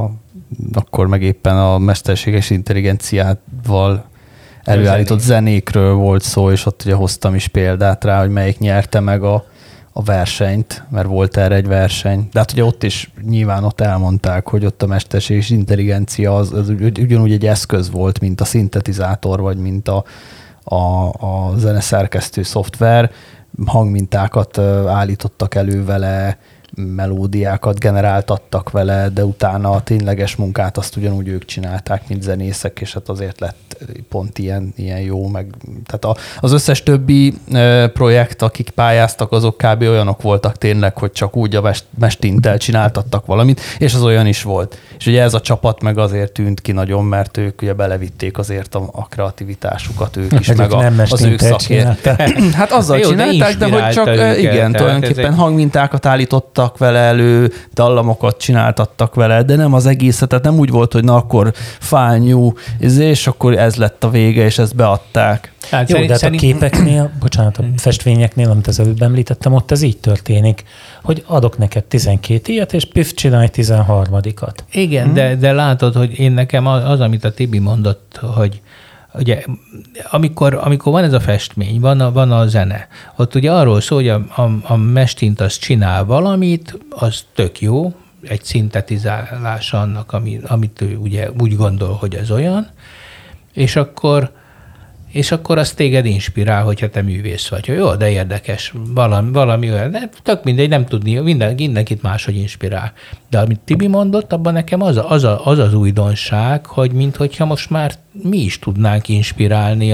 akkor meg éppen a mesterséges intelligenciával előállított zenékről volt szó, és ott ugye hoztam is példát rá, hogy melyik nyerte meg a versenyt, mert volt erre egy verseny. De hát ugye ott is nyilván ott elmondták, hogy ott a mesterséges intelligencia az ugyanúgy egy eszköz volt, mint a szintetizátor, vagy mint a zeneszerkesztő szoftver. Hangmintákat állítottak elő vele, melódiákat generáltattak vele, de utána a tényleges munkát azt ugyanúgy ők csinálták, mint zenészek, és hát azért lett pont ilyen jó, meg tehát az összes többi projekt, akik pályáztak, azok kb. Olyanok voltak tényleg, hogy csak úgy a mestintel csináltattak valamit, és az olyan is volt. És ugye ez a csapat meg azért tűnt ki nagyon, mert ők ugye belevitték azért a kreativitásukat ők is, meg az ők szakért. Hát azzal csinálták, de hogy csak igen, tulajdonképpen hangmintákat állítottak vele elő, dallamokat csináltattak vele, de nem az egészet, tehát nem úgy volt, hogy na akkor fányú, és akkor ez lett a vége, és ezt beadták. Hát jó, de hát a képeknél, bocsánat, a festményeknél, amit az előbb említettem, ott ez így történik, hogy adok neked 12 ilyet, és püff, csinálj 13-at. Igen, de látod, hogy én nekem az, amit a Tibi mondott, hogy ugye, amikor van ez a festmény, van a zene, ott ugye arról szól, hogy a mestint az csinál valamit, az tök jó, egy szintetizálás annak, amit ő ugye úgy gondol, hogy ez olyan, és akkor az téged inspirál, hogyha te művész vagy. Jó, de érdekes, valami olyan, de tök mindegy, nem tudni, mindenkit máshogy inspirál. De amit Tibi mondott, abban nekem az újdonság, hogy minthogyha most már mi is tudnánk inspirálni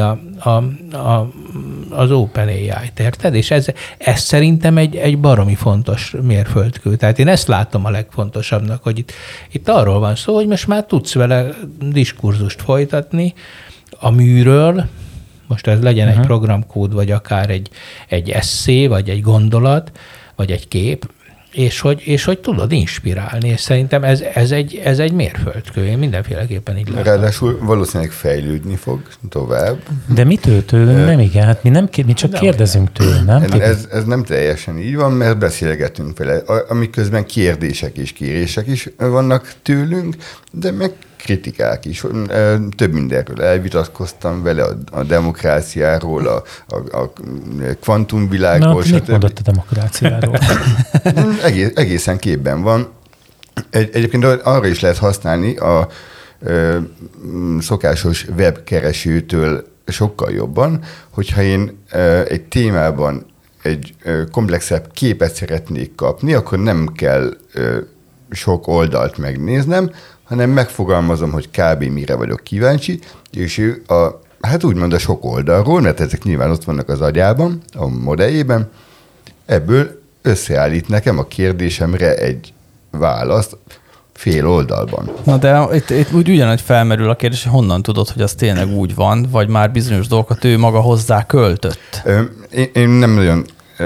az OpenAI-t, érted? És ez szerintem egy baromi fontos mérföldkő. Tehát én ezt látom a legfontosabbnak, hogy itt arról van szó, hogy most már tudsz vele diskurzust folytatni a műről, most ez legyen egy programkód, vagy akár egy esszé, vagy egy gondolat, vagy egy kép, és hogy tudod inspirálni, és szerintem ez egy mérföldkő. Én mindenféleképpen így látom. Ráadásul valószínűleg fejlődni fog tovább. De mitől tőlünk? Nem igen, hát mi csak kérdezünk tőle, nem? Ez nem teljesen így van, mert beszélgetünk vele. Amiközben kérdések és kérések is vannak tőlünk, de meg kritikák is. Több mindenről elvitatkoztam vele, a demokráciáról, a kvantumvilágról. Na, mit mondott a demokráciáról? Egészen képben van. Egyébként arra is lehet használni a szokásos webkeresőtől sokkal jobban, hogyha én egy témában egy komplexebb képet szeretnék kapni, akkor nem kell sok oldalt megnéznem, hanem megfogalmazom, hogy kb. Mire vagyok kíváncsi, és ő hát úgymond a sok oldalról, mert ezek nyilván ott vannak az agyában, a modelljében, ebből összeállít nekem a kérdésemre egy választ fél oldalban. Na de itt úgy ugyanúgy felmerül a kérdés, hogy honnan tudod, hogy az tényleg úgy van, vagy már bizonyos dolgokat ő maga hozzá költött? Én nem nagyon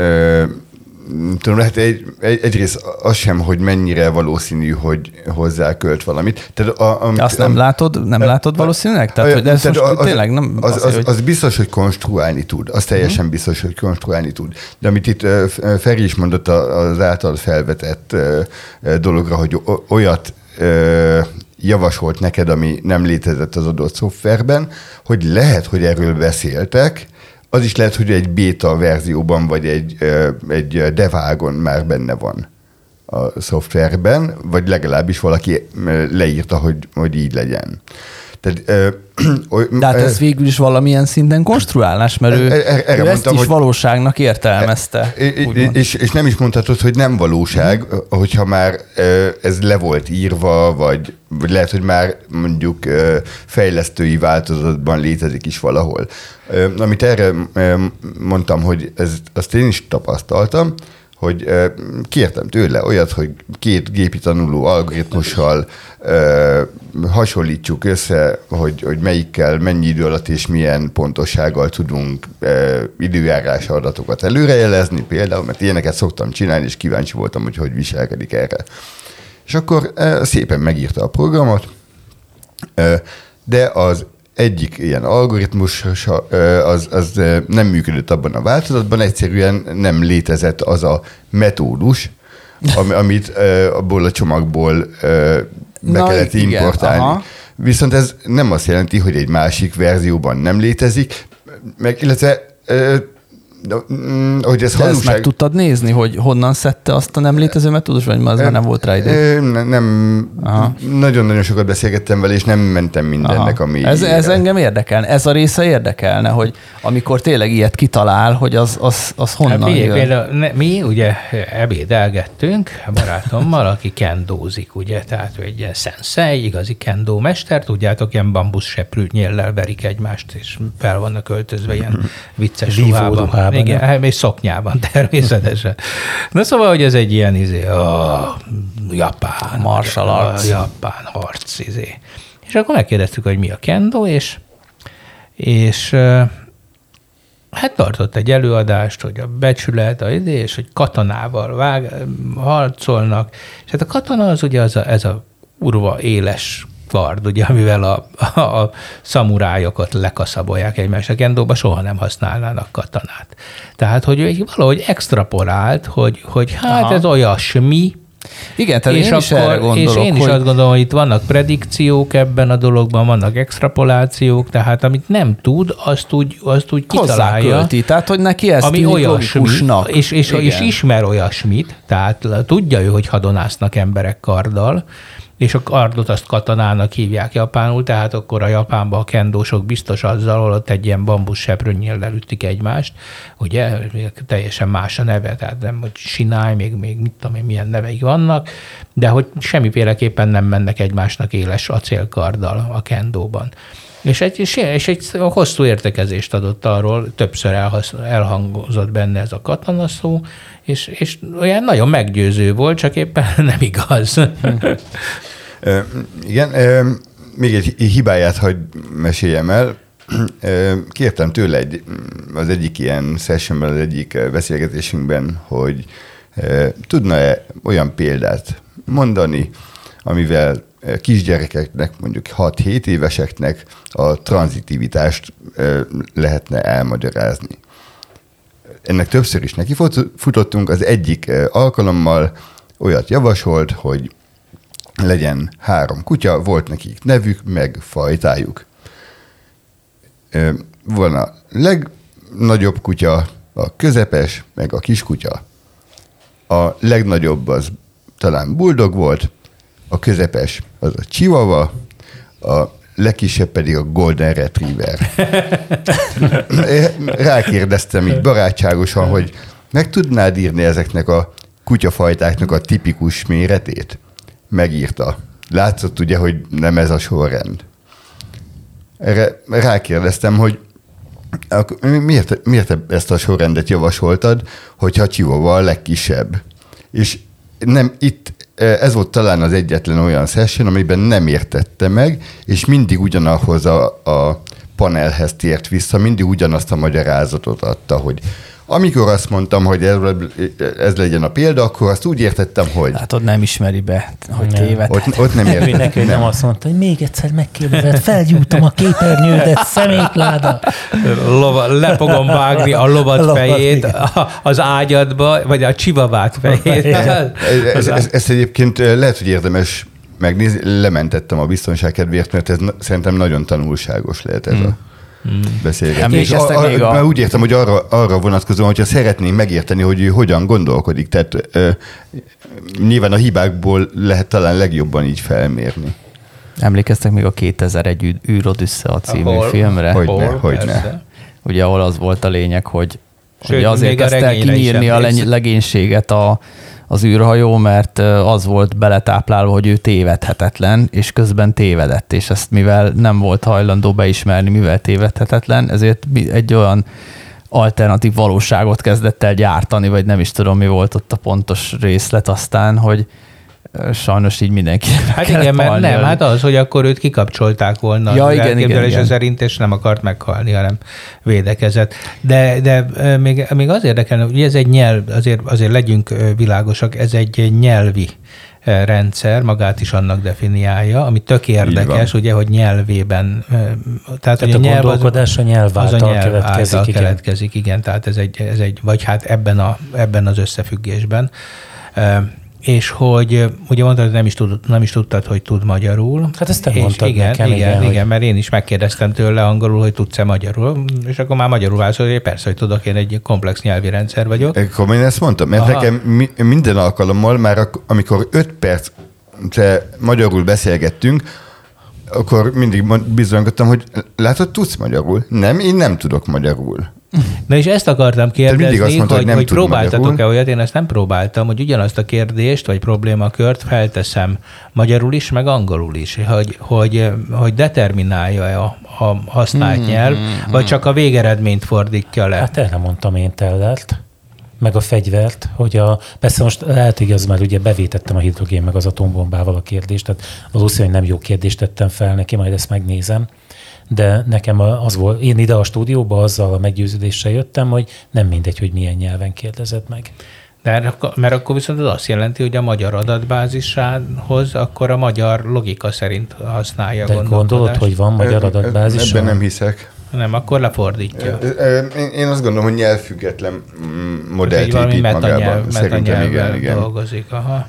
tudom, lehet egyrészt az sem, hogy mennyire valószínű, hogy hozzákölt valamit. Tehát azt nem látod valószínűleg? Tehát, hogy ez tényleg nem... Az biztos, hogy konstruálni tud. Az teljesen biztos, hogy konstruálni tud. De amit itt Feri is mondott az által felvetett dologra, hogy olyat javasolt neked, ami nem létezett az adott szoftverben, hogy lehet, hogy erről beszéltek, az is lehet, hogy egy beta verzióban, vagy egy devágon már benne van a szoftverben, vagy legalábbis valaki leírta, hogy így legyen. Tehát, de hát ez végül is valamilyen szinten konstruálás, mert ő ezt is valóságnak értelmezte. És nem is mondhatod, hogy nem valóság, hogyha már ez le volt írva, vagy lehet, hogy már mondjuk fejlesztői változatban létezik is valahol. Amit erre mondtam, hogy azt én is tapasztaltam, hogy kértem tőle olyat, hogy 2 gépi tanuló algoritmussal hasonlítsuk össze, hogy melyikkel mennyi idő alatt és milyen pontossággal tudunk időjárás adatokat előrejelezni például, mert ilyeneket szoktam csinálni, és kíváncsi voltam, hogy viselkedik erre. És akkor szépen megírta a programot, de az egyik ilyen algoritmus az nem működött abban a változatban, egyszerűen nem létezett az a metódus, amit abból a csomagból be kellett importálni. Aha. Viszont ez nem azt jelenti, hogy egy másik verzióban nem létezik, illetve hogy ez ezt meg tudtad nézni, hogy honnan szedte azt a nem létező metódus, vagy már nem volt rá idő? Nagyon-nagyon sokat beszélgettem vele, és nem mentem mindennek, ami... Ez engem érdekelne. Ez a része érdekelne, hogy amikor tényleg ilyet kitalál, hogy az honnan jön. Például mi ugye ebédelgettünk a barátommal, aki kendózik, ugye, tehát egy ilyen szenszei, igazi kendó mester, tudjátok, ilyen bambuszseprűnyéllel verik egymást, és fel vannak öltözve ilyen vicces ruhában. Igen, és szoknyában természetesen. Na szóval, hogy ez egy ilyen japán martial arts. Japán harc. És akkor megkérdeztük, hogy mi a kendo, és hát tartott egy előadást, hogy a becsület, és hogy katonával harcolnak. És hát a katona az ugye ez a urva éles kard, ugye, amivel a szamurájokat lekaszabolják egymást. A kendóban soha nem használnának katonát. Tehát, hogy valahogy extrapolált, hogy hát aha, ez olyasmi. Igen, tehát én is erre gondolok. És én is azt gondolom, hogy itt vannak predikciók ebben a dologban, vannak extrapolációk, tehát amit nem tud, azt úgy kitalálja. Költi, tehát, hogy neki ezt ami olyasmi, és ismer olyasmit, tehát tudja ő, hogy hadonásznak emberek karddal, és a kardot azt katonának hívják japánul, tehát akkor a Japánban a kendósok biztos azzal, hogy ott egy ilyen bambuszseprőnyéllel ütik egymást, ugye, teljesen más a neve, tehát nem, hogy sinály, még mit tudom én, milyen neveik vannak, de hogy semmiféleképpen nem mennek egymásnak éles acélkarddal a kendóban. És egy hosszú értekezést adott arról, többször elhangzott benne ez a katana szó, és olyan nagyon meggyőző volt, csak éppen nem igaz. Igen, még egy hibáját hagy meséljem el. Kértem tőle az egyik ilyen sessionben, az egyik beszélgetésünkben, hogy tudna-e olyan példát mondani, amivel kisgyerekeknek, mondjuk 6-7 éveseknek a tranzitivitást lehetne elmagyarázni. Ennek többször is neki futottunk, az egyik alkalommal olyat javasolt, hogy legyen 3 kutya, volt nekik nevük, meg fajtájuk. Van a legnagyobb kutya, a közepes, meg a kiskutya. A legnagyobb az talán bulldog volt, a közepes az a chihuahua, a legkisebb pedig a golden retriever. Rákérdeztem így barátságosan, hogy meg tudnád írni ezeknek a kutyafajtáknak a tipikus méretét? Megírta. Látszott ugye, hogy nem ez a sorrend. Erre rákérdeztem, hogy miért ezt a sorrendet javasoltad, hogyha a chihuahua a legkisebb? És nem itt, ez volt talán az egyetlen olyan session, amiben nem értette meg, és mindig ugyanahoz a panelhez tért vissza, mindig ugyanazt a magyarázatot adta, hogy amikor azt mondtam, hogy ez legyen a példa, akkor azt úgy értettem, hogy... Hát ott nem ismeri be, hogy tévedhet. Ott nem értettem. Neki nem azt mondta, hogy még egyszer megkérdezed, felgyújtom a képernyődet, szemétláda. Le fogom vágni a lovat fejét az ágyadba, vagy a csivavát fejét. Ezt egyébként lehet, hogy érdemes megnézni. Lementettem a biztonság kedvéért, mert ez szerintem nagyon tanulságos lehet ez a beszélgetés. Úgy értem, hogy arra vonatkozóan, hogyha szeretnénk megérteni, hogy ő hogyan gondolkodik, tehát nyilván a hibákból lehet talán legjobban így felmérni. Emlékeztek még a 2001 űrodüssza című filmre? Hogyne. Ugye ahol az volt a lényeg, hogy azért kezdte kinyírni a legénységet az űrhajó, mert az volt beletáplálva, hogy ő tévedhetetlen, és közben tévedett, és ezt mivel nem volt hajlandó beismerni, mivel tévedhetetlen, ezért egy olyan alternatív valóságot kezdett el gyártani, vagy nem is tudom, mi volt ott a pontos részlet aztán, hogy sajnos így mindenki. Hát igen, mert nem, hát az, hogy akkor őt kikapcsolták volna ja, igen. szerint, és nem akart meghalni, hanem védekezett. De még az érdekelne, hogy ez egy nyelv, azért legyünk világosak, ez egy nyelvi rendszer, magát is annak definiálja, ami tök érdekes, ugye, hogy nyelvében. Tehát a gondolkodás a nyelv által keletkezik. Igen, tehát ez egy vagy hát ebben az összefüggésben. és hogy ugye mondtad, hogy nem is tudtad, hogy tud magyarul. Hát ezt te mondtad igen, nekem. Igen, mert én is megkérdeztem tőle angolul, hogy tudsz-e magyarul, és akkor már magyarul válaszol, hogy persze, hogy tudok, én egy komplex nyelvi rendszer vagyok. Akkor én ezt mondtam, mert nekem minden alkalommal már amikor 5 perc magyarul beszélgettünk, akkor mindig bizonyítottam, hogy látod, tudsz magyarul? Nem, én nem tudok magyarul. Na és ezt akartam kérdezni, mondta, hogy próbáltatok-e olyat, én ezt nem próbáltam, hogy ugyanazt a kérdést, vagy problémakört felteszem magyarul is, meg angolul is, hogy determinálja-e a használt nyelv, vagy csak a végeredményt fordítja le. Hát erre mondtam én Tellert, meg a fegyvert, hogy persze most lehet igaz, mert ugye bevétettem a hidrogén meg az atombombával a kérdést, tehát valószínűleg nem jó kérdést tettem fel neki, majd ezt megnézem. De nekem az volt, én ide a stúdióba azzal a meggyőződéssel jöttem, hogy nem mindegy, hogy milyen nyelven kérdezed meg. Mert akkor viszont az azt jelenti, hogy a magyar adatbázisához akkor a magyar logika szerint használja de gondolod, hogy van magyar adatbázis? Ebben nem hiszek. Nem, akkor lefordítja. Én azt gondolom, hogy nyelvfüggetlen modellt épít magában. Szerintem igen. Dolgozik, aha.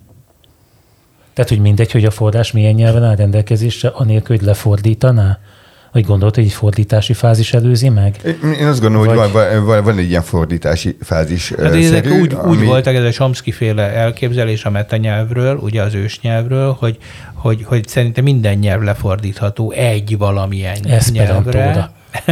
Tehát, hogy mindegy, hogy a forrás milyen nyelven áll rendelkezésre, anélkül, hogy lefordítaná? Vagy gondolod, hogy egy fordítási fázis előzi meg? Én azt gondolom, hogy van egy ilyen fordítási fázis. Hát ezek úgy voltak, ez a Chomsky-féle elképzelés a metanyelvről, ugye az ősnyelvről, hogy szerintem minden nyelv lefordítható egy valamilyen nyelvre.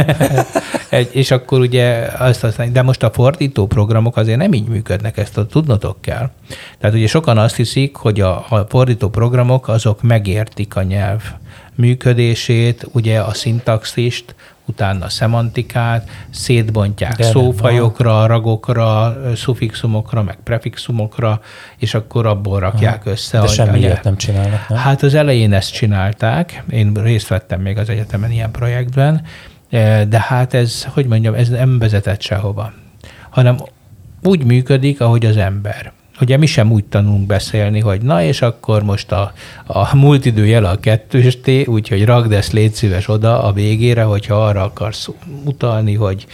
És akkor ugye azt használjuk, de most a fordító programok azért nem így működnek, ezt tudnotok kell. Tehát ugye sokan azt hiszik, hogy a fordító programok azok megértik a nyelv működését, ugye a szintaxist, utána a szemantikát, szétbontják szófajokra, ragokra, szuffixumokra, meg prefixumokra, és akkor abból rakják össze. De semmi ilyet nem csinálnak, nem? Hát az elején ezt csinálták, én részt vettem még az egyetemen ilyen projektben, de hát ez, hogy mondjam, ez nem vezetett sehova, hanem úgy működik, ahogy az ember. Ugye mi sem úgy tanulunk beszélni, hogy na, és akkor most a múlt időjel a 2T, úgyhogy rakd ezt, légy szíves oda a végére, hogyha arra akarsz utalni, hogy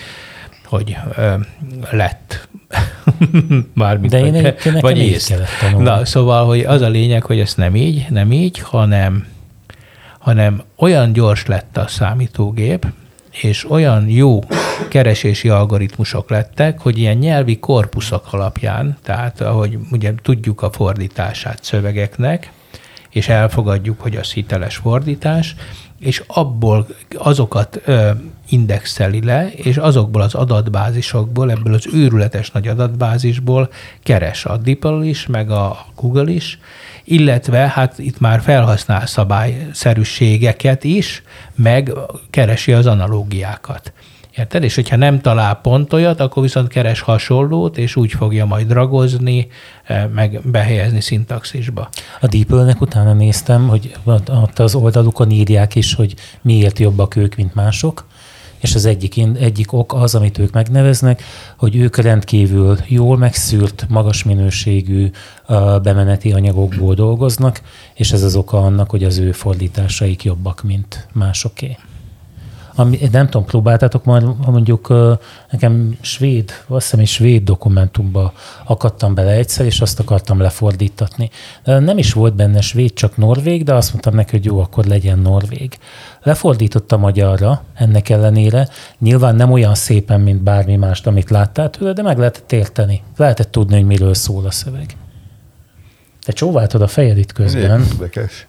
lett. Mármint, de én nekem vagy így kellett tanulni. Na, szóval, hogy az a lényeg, hogy ezt nem így, hanem olyan gyors lett a számítógép, és olyan jó keresési algoritmusok lettek, hogy ilyen nyelvi korpuszok alapján, tehát ahogy ugye tudjuk a fordítását szövegeknek, és elfogadjuk, hogy az hiteles fordítás, és abból azokat indexeli le, és azokból az adatbázisokból, ebből az őrületes nagy adatbázisból keres a DeepL is, meg a Google is, illetve hát itt már felhasznál szabályszerűségeket is, meg keresi az analógiákat. Érted? És hogyha nem talál pont olyat, akkor viszont keres hasonlót, és úgy fogja majd dragozni, meg behelyezni szintaxisba. A DeepL-nek utána néztem, hogy ott az oldalukon írják is, hogy miért jobbak ők, mint mások, és az egyik ok az, amit ők megneveznek, hogy ők rendkívül jól megszűrt, magas minőségű bemeneti anyagokból dolgoznak, és ez az oka annak, hogy az ő fordításaik jobbak, mint másoké. Nem tudom, próbáltátok majd, mondjuk nekem azt hiszem egy svéd dokumentumba akadtam bele egyszer, és azt akartam lefordítatni. De nem is volt benne svéd, csak norvég, de azt mondtam neki, hogy jó, akkor legyen norvég. Lefordította magyarra ennek ellenére, nyilván nem olyan szépen, mint bármi mást, amit láttál tőle, de meg lehetett érteni. Lehetett tudni, hogy miről szól a szöveg. Te csóváltad a fejed itt közben. Érdekes.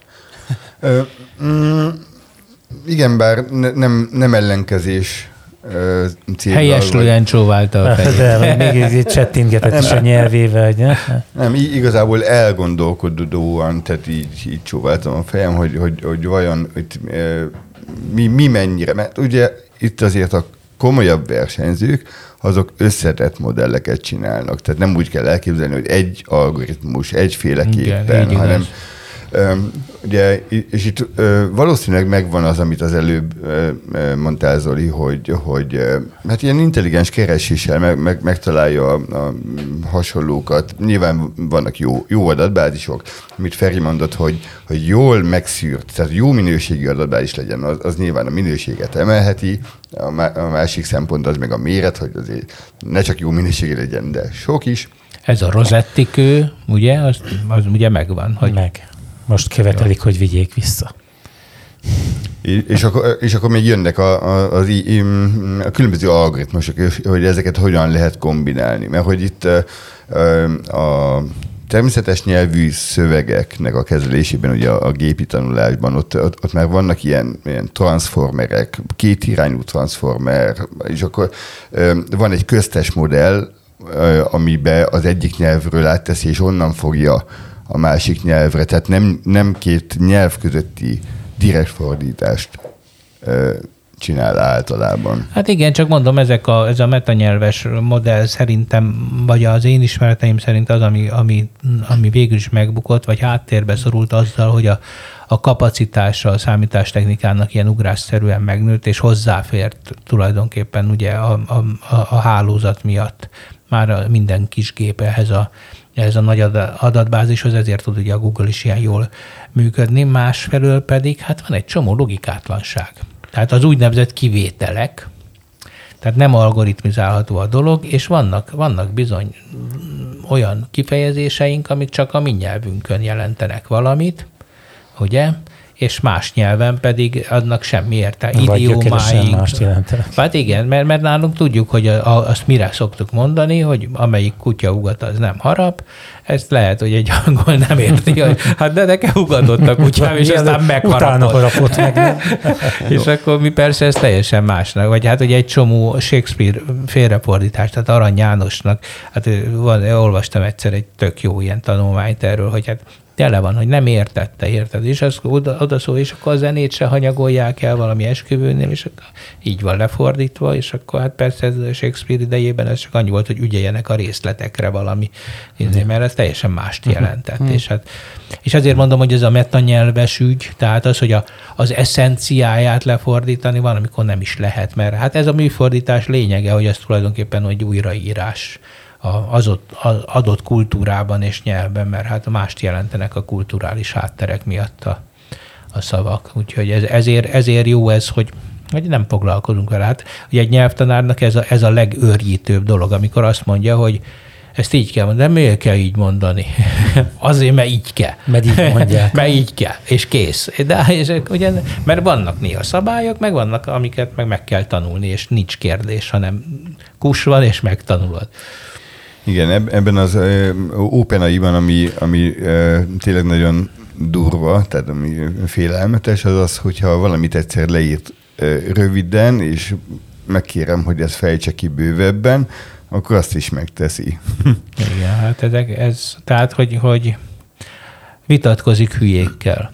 Igen, bár nem ellenkezés célral. Helyeslően csóválta a fejét. De még egy csettingetett is a nyelvével. Nem, igazából elgondolkodóan, tehát így csóváltam a fejem, hogy vajon mi mennyire, mert ugye itt azért a komolyabb versenyzők, azok összetett modelleket csinálnak. Tehát nem úgy kell elképzelni, hogy egy algoritmus, egyféleképpen, hanem ugye, és itt valószínűleg megvan az, amit az előbb mondtál, Zoli, hogy hát ilyen intelligens kereséssel megtalálja a hasonlókat. Nyilván vannak jó adatbázisok, amit Feri mondott, hogy jól megszűrt, tehát jó minőségű adatbázis legyen, az nyilván a minőséget emelheti, a másik szempont az meg a méret, hogy azért ne csak jó minőségű legyen, de sok is. Ez a Rosetti kő, ugye, az ugye megvan. Hogy... Meg. Most követelik, hogy vigyék vissza. És akkor még jönnek a különböző algoritmusok, hogy ezeket hogyan lehet kombinálni. Mert hogy itt a természetes nyelvű szövegeknek a kezelésében, ugye a gépi tanulásban, ott már vannak ilyen transformerek, kétirányú transformer, és akkor van egy köztes modell, amiben az egyik nyelvről átteszi, és onnan fogja a másik nyelvre. Tehát nem két nyelv közötti direkt fordítást csinál általában. Hát igen, csak mondom, ez a metanyelves modell szerintem, vagy az én ismereteim szerint az, ami végül is megbukott, vagy háttérbe szorult azzal, hogy a kapacitása a számítástechnikának ilyen ugrásszerűen megnőtt, és hozzáfért tulajdonképpen ugye a hálózat miatt már minden kis gép ehhez a nagy adatbázishoz, ezért tud ugye a Google is ilyen jól működni. Másfelől pedig hát van egy csomó logikátlanság. Tehát az úgynevezett kivételek, tehát nem algoritmizálható a dolog, és vannak bizony olyan kifejezéseink, amik csak a mi nyelvünkön jelentenek valamit, ugye? És más nyelven pedig adnak semmi értelme. Vagy gyökeresen mást jelentenek. Hát igen, mert nálunk tudjuk, hogy azt mire szoktuk mondani, hogy amelyik kutya ugat, az nem harap. Ezt lehet, hogy egy angol nem érti, hogy hát de nekem ugatott a kutyám, és aztán megharapott. Utána harapott meg. És akkor mi persze ez teljesen másnak. Vagy hát ugye egy csomó Shakespeare félrefordítás, tehát Arany Jánosnak, hát olvastam egyszer egy tök jó ilyen tanulmányt erről, hogy hát tele van, hogy nem értette, és az oda szól, és akkor a zenét se hanyagolják el valami esküvőnél, és akkor így van lefordítva, és akkor hát persze ez a Shakespeare idejében ez csak annyi volt, hogy ügyeljenek a részletekre valami, mert ez teljesen mást jelentett. És azért mondom, hogy ez a metanyelves ügy, tehát az, hogy az eszenciáját lefordítani van, amikor nem is lehet, mert hát ez a műfordítás lényege, hogy ez tulajdonképpen egy újraírás az adott kultúrában és nyelvben, mert hát mást jelentenek a kulturális hátterek miatt a szavak. Úgyhogy ezért jó ez, hogy nem foglalkozunk vele. Hát ugye egy nyelvtanárnak ez a legőrjítőbb dolog, amikor azt mondja, hogy ezt így kell mondani, de miért kell így mondani? Azért, mert így kell. Mert így mondják. Mert így kell, és kész. Mert vannak néha szabályok, meg vannak, amiket meg kell tanulni, és nincs kérdés, hanem kus van, és megtanulod. Igen, ebben az OpenAI-ban, ami tényleg nagyon durva, tehát ami félelmetes, az, hogyha valamit egyszer leírt röviden, és megkérem, hogy ezt fejtse ki bővebben, akkor azt is megteszi. Igen, hát tehát, hogy vitatkozik hülyékkel.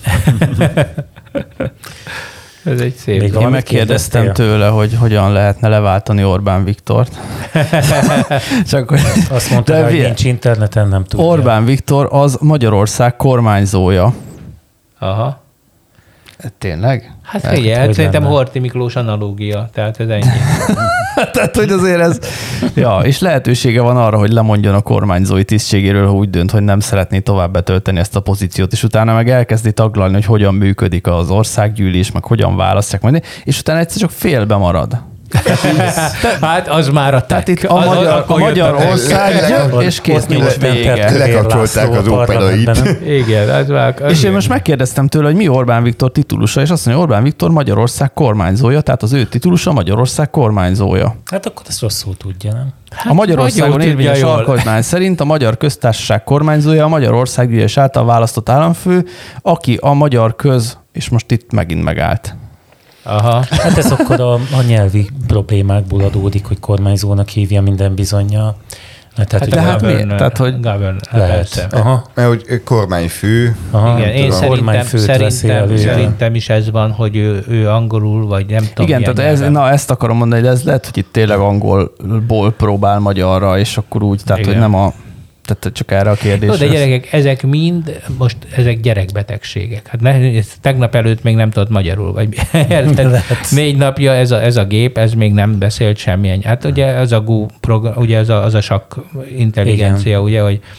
Ez egy szép. Én megkérdeztem tőle, hogy hogyan lehetne leváltani Orbán Viktort. Csak, azt mondta, hogy nincs interneten, nem tudja. Orbán Viktor az Magyarország kormányzója. Aha. Tényleg? Hát figyelj, szerintem Horthy Miklós analógia, tehát ez ennyi. Tehát, hogy azért ez... Ja, és lehetősége van arra, hogy lemondjon a kormányzói tisztségéről, ha úgy dönt, hogy nem szeretné tovább betölteni ezt a pozíciót, és utána meg elkezdi taglalni, hogy hogyan működik az országgyűlés, meg hogyan választják majd, és utána egyszer csak félbe marad. Hát az már a tehát itt a magyar ország és kész, nincs vége. Lekapcsolták az OpenAI-t. Igen, az már... És én most megkérdeztem tőle, hogy mi Orbán Viktor titulusa, és azt mondja, hogy Orbán Viktor Magyarország kormányzója, tehát az ő titulusa Magyarország kormányzója. Hát akkor ezt rosszul tudja, nem? Hát a Magyarországon érvényes alkotmány szerint a Magyar Köztársaság kormányzója a Magyarországgyűlés által választott államfő, aki a magyar és most itt megint megállt. Aha. Hát ez akkor a nyelvi problémákból adódik, hogy kormányzónak hívja minden bizonnyal. Tehát miért? Tehát, hogy lehet. Mert hogy kormányfő. Aha, igen, én szerintem is ez van, hogy ő angolul, vagy nem tudom. Igen, tehát ezt akarom mondani, de ez lehet, hogy itt tényleg angolból próbál magyarra, és akkor úgy, tehát hogy nem tehát csak erre a kérdésre. De gyerekek, ezek gyerekbetegségek. Hát tegnap előtt még nem tudott magyarul, vagy 4 napja ez a gép, ez még nem beszélt semmilyen. Hát ugye ez a GU program, ugye az a sakk intelligencia, igen. Ugye, hogy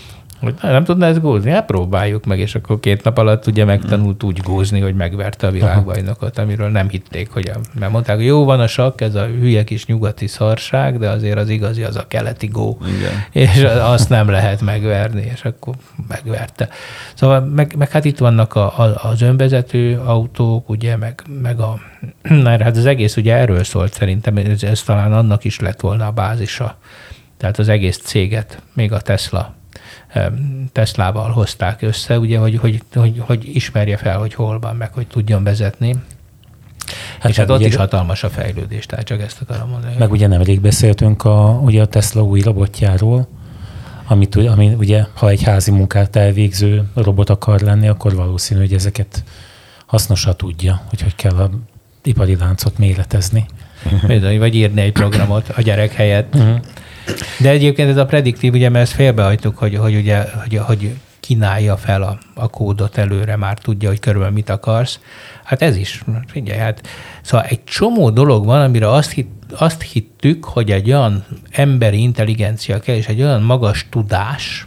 Hogy nem tudná ezt gózni? Hát próbáljuk meg, és akkor 2 nap alatt ugye megtanult úgy gózni, hogy megverte a világbajnokot, amiről nem hitték, mert mondták, hogy jó van a sakk, ez a hülye kis nyugati szarság, de azért az igazi, az a keleti gó. Igen. És azt nem lehet megverni, és akkor megverte. Szóval meg hát itt vannak az önvezető autók, ugye, meg hát az egész ugye erről szólt szerintem, ez talán annak is lett volna a bázisa. Tehát az egész céget, még a Teslával hozták össze, ugye, hogy ismerje fel, hogy hol van, meg hogy tudjon vezetni. Hát és hát ott is hatalmas a fejlődés, tehát csak ezt akarom mondani. Meg ugye nemrég beszéltünk ugye a Tesla új robotjáról, ami ugye, ha egy házi munkát elvégző robot akar lenni, akkor valószínű, hogy ezeket hasznosan tudja, hogy kell a ipari láncot méretezni. Vagy írni egy programot a gyerek helyett. De egyébként ez a prediktív, ugye, mert ezt félbehagytuk, hogy kínálja fel a kódot előre, már tudja, hogy körülbelül mit akarsz. Hát ez is, figyelj, hát szóval egy csomó dolog van, amire azt hittük, hogy egy olyan emberi intelligencia kell, és egy olyan magas tudás,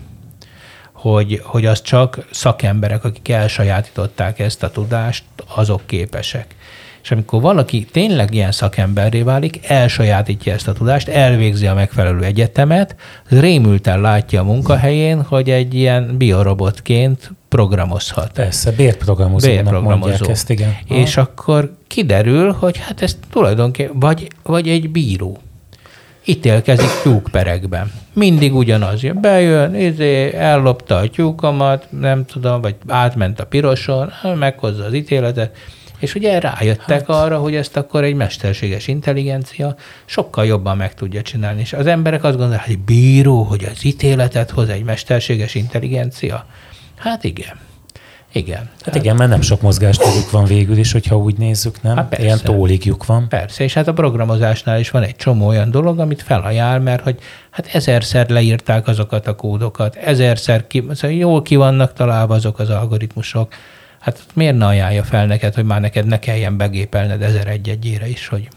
hogy az csak szakemberek, akik elsajátították ezt a tudást, azok képesek. És amikor valaki tényleg ilyen szakemberré válik, elsajátítja ezt a tudást, elvégzi a megfelelő egyetemet, rémülten látja a munkahelyén, hogy egy ilyen biorobotként programozhat. Persze, bérprogramozónak mondják ezt, igen. És akkor kiderül, hogy hát ez tulajdonképpen, vagy egy bíró. Ítélkezik tyúkperekben. Mindig ugyanaz jön. Bejön, ellopta a tyúkomat, nem tudom, vagy átment a piroson, meghozza az ítéletet, és ugye rájöttek arra, hogy ezt akkor egy mesterséges intelligencia sokkal jobban meg tudja csinálni. És az emberek azt gondolják, hogy bíró, hogy az ítéletet hoz egy mesterséges intelligencia? Hát igen. Igen. Hát igen, mert nem sok mozgásterük van végül is, hogyha úgy nézzük, nem? Hát ilyen tóligjuk van. Persze, és hát a programozásnál is van egy csomó olyan dolog, amit felajánl, mert hogy hát 1000-szer leírták azokat a kódokat, 1000-szer szóval jól ki vannak találva azok az algoritmusok. Hát miért ne ajánlja fel neked, hogy már neked ne kelljen begépelned 1001-ére is, hogy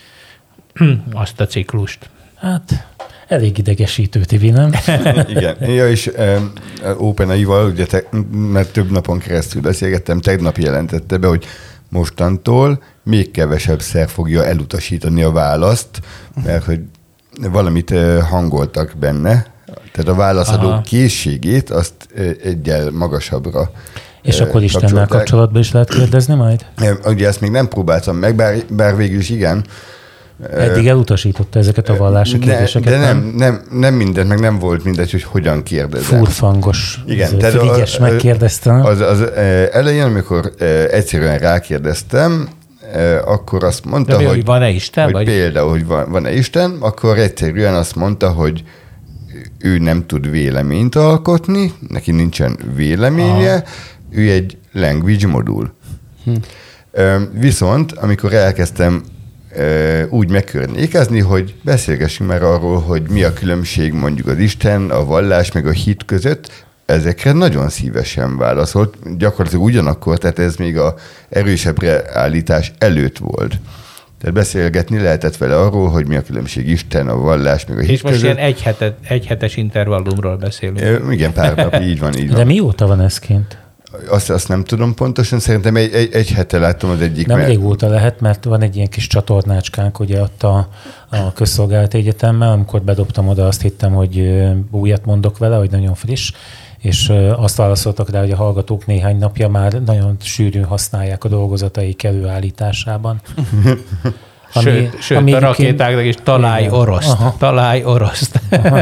azt a ciklust. Hát elég idegesítő, Tibi, nem? Igen. Ja, és OpenAI-val, ugye mert több napon keresztül beszélgettem, tegnap jelentette be, hogy mostantól még kevesebb szer fogja elutasítani a választ, mert hogy valamit hangoltak benne, tehát a válaszadó készségét azt egyel magasabbra. És akkor Istennel kapcsolatban is lehet kérdezni majd? Ugye ezt még nem próbáltam meg, bár végül is igen. Eddig elutasította ezeket a vallási kérdéseket, de nem mindent, meg nem volt mindegy, hogy hogyan kérdezem. Furfangos, frigyes megkérdeztem. Az elején, amikor egyszerűen rákérdeztem, akkor azt mondta, hogy van-e Isten? Hogy például, hogy van-e Isten, akkor egyszerűen azt mondta, hogy ő nem tud véleményt alkotni, neki nincsen véleménye, ő egy language modul. Viszont, amikor elkezdtem úgy megkörnyékezni, hogy beszélgessünk már arról, hogy mi a különbség mondjuk az Isten, a vallás, meg a hit között, ezekre nagyon szívesen válaszolt. Gyakorlatilag ugyanakkor, tehát ez még az erősebb állítás előtt volt. Tehát beszélgetni lehetett vele arról, hogy mi a különbség Isten, a vallás, meg a hit között. És most ilyen egyhetes intervallumról beszélünk. Igen, pár nap, így van. De mióta van ez kint? Azt nem tudom pontosan, szerintem egy hete láttam az egyik. Nem régóta lehet, mert van egy ilyen kis csatornácskánk ugye ott a Közszolgálati Egyetemmel, amikor bedobtam oda, azt hittem, hogy újat mondok vele, hogy nagyon friss, és azt válaszoltak rá, hogy a hallgatók néhány napja már nagyon sűrűn használják a dolgozataik előállításában. Sőt a rakétáknak is találj oroszt.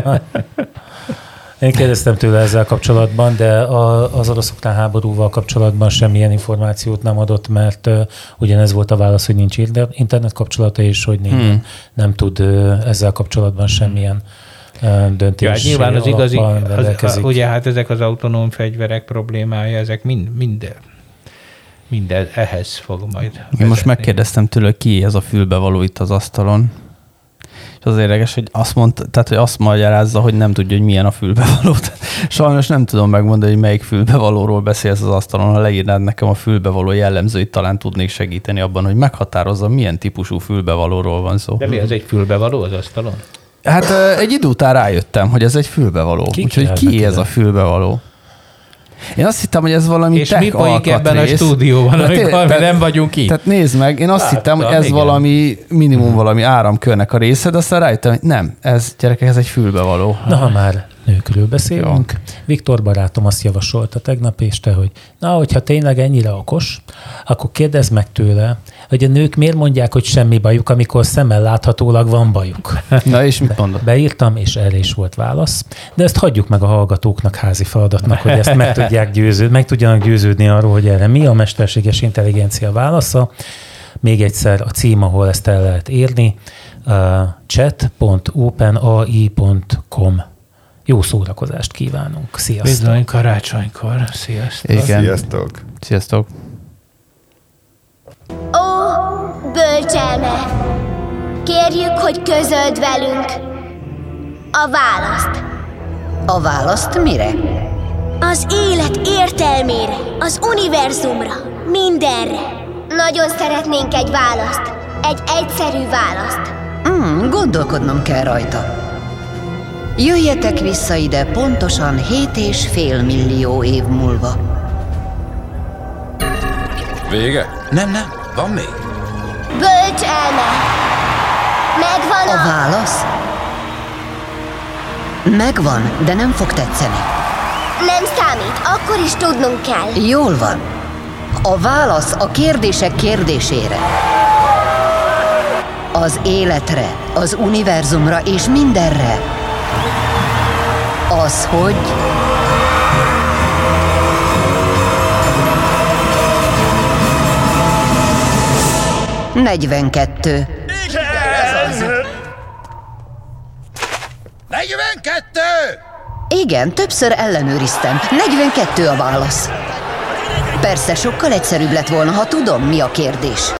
Én kérdeztem tőle ezzel kapcsolatban, de az oroszoknál háborúval kapcsolatban semmilyen információt nem adott, mert ugyanez volt a válasz, hogy nincs internet kapcsolata, és hogy nem tud ezzel kapcsolatban semmilyen döntés. Hát nyilván az igazi, ugye hát ezek az autonóm fegyverek problémája, ezek mind ehhez fog majd vezetni. Én most megkérdeztem tőle, ki ez a fülbevaló itt az asztalon. És az érdekes, hogy azt magyarázza, hogy nem tudja, hogy milyen a fülbevaló. Sajnos nem tudom megmondani, hogy melyik fülbevalóról beszélsz az asztalon. Ha leírnád nekem a fülbevaló jellemzőit, talán tudnék segíteni abban, hogy meghatározza, milyen típusú fülbevalóról van szó. De mi az egy fülbevaló az asztalon? Hát egy idő után rájöttem, hogy ez egy fülbevaló. Úgyhogy ki ez a fülbevaló? Én azt hittem, hogy ez valami és mi folyik ebben a stúdióban, amikor mi nem vagyunk itt? Tehát nézd meg, én azt hittem, hogy ez igen. Valami minimum valami áramkörnek a része, de aztán rájöttem, hogy nem, ez gyerekek, ez egy fülbevaló. Na, ha már nőkről beszélünk, jó. Viktor barátom azt javasolta tegnap este, hogy hogyha tényleg ennyire okos, akkor kérdezd meg tőle, hogy a nők miért mondják, hogy semmi bajuk, amikor szemmel láthatólag van bajuk. Na és mit mondod? Beírtam, és erre is volt válasz. De ezt hagyjuk meg a hallgatóknak házi feladatnak, hogy ezt meg tudjanak győződni arról, hogy erre mi a mesterséges intelligencia válasza. Még egyszer a cím, ahol ezt el lehet írni, chat.openai.com. Jó szórakozást kívánunk. Sziasztok! Bizony karácsonykor. Sziasztok! Igen. Sziasztok! Sziasztok! Ó, bölcselme! Kérjük, hogy közöld velünk a választ. A választ mire? Az élet értelmére, az univerzumra, mindenre. Nagyon szeretnénk egy választ. Egy egyszerű választ. Gondolkodnom kell rajta. Jöjjetek vissza ide pontosan 7,5 millió év múlva. Vége? Nem, van még. Bölcselme! Megvan a válasz? Megvan, de nem fog tetszeni. Nem számít, akkor is tudnunk kell. Jól van. A válasz a kérdések kérdésére. Az életre, az univerzumra és mindenre. Az, hogy... Igen! 42. 42! Igen, többször ellenőriztem. 42 a válasz. Persze sokkal egyszerűbb lett volna, ha tudom, mi a kérdés.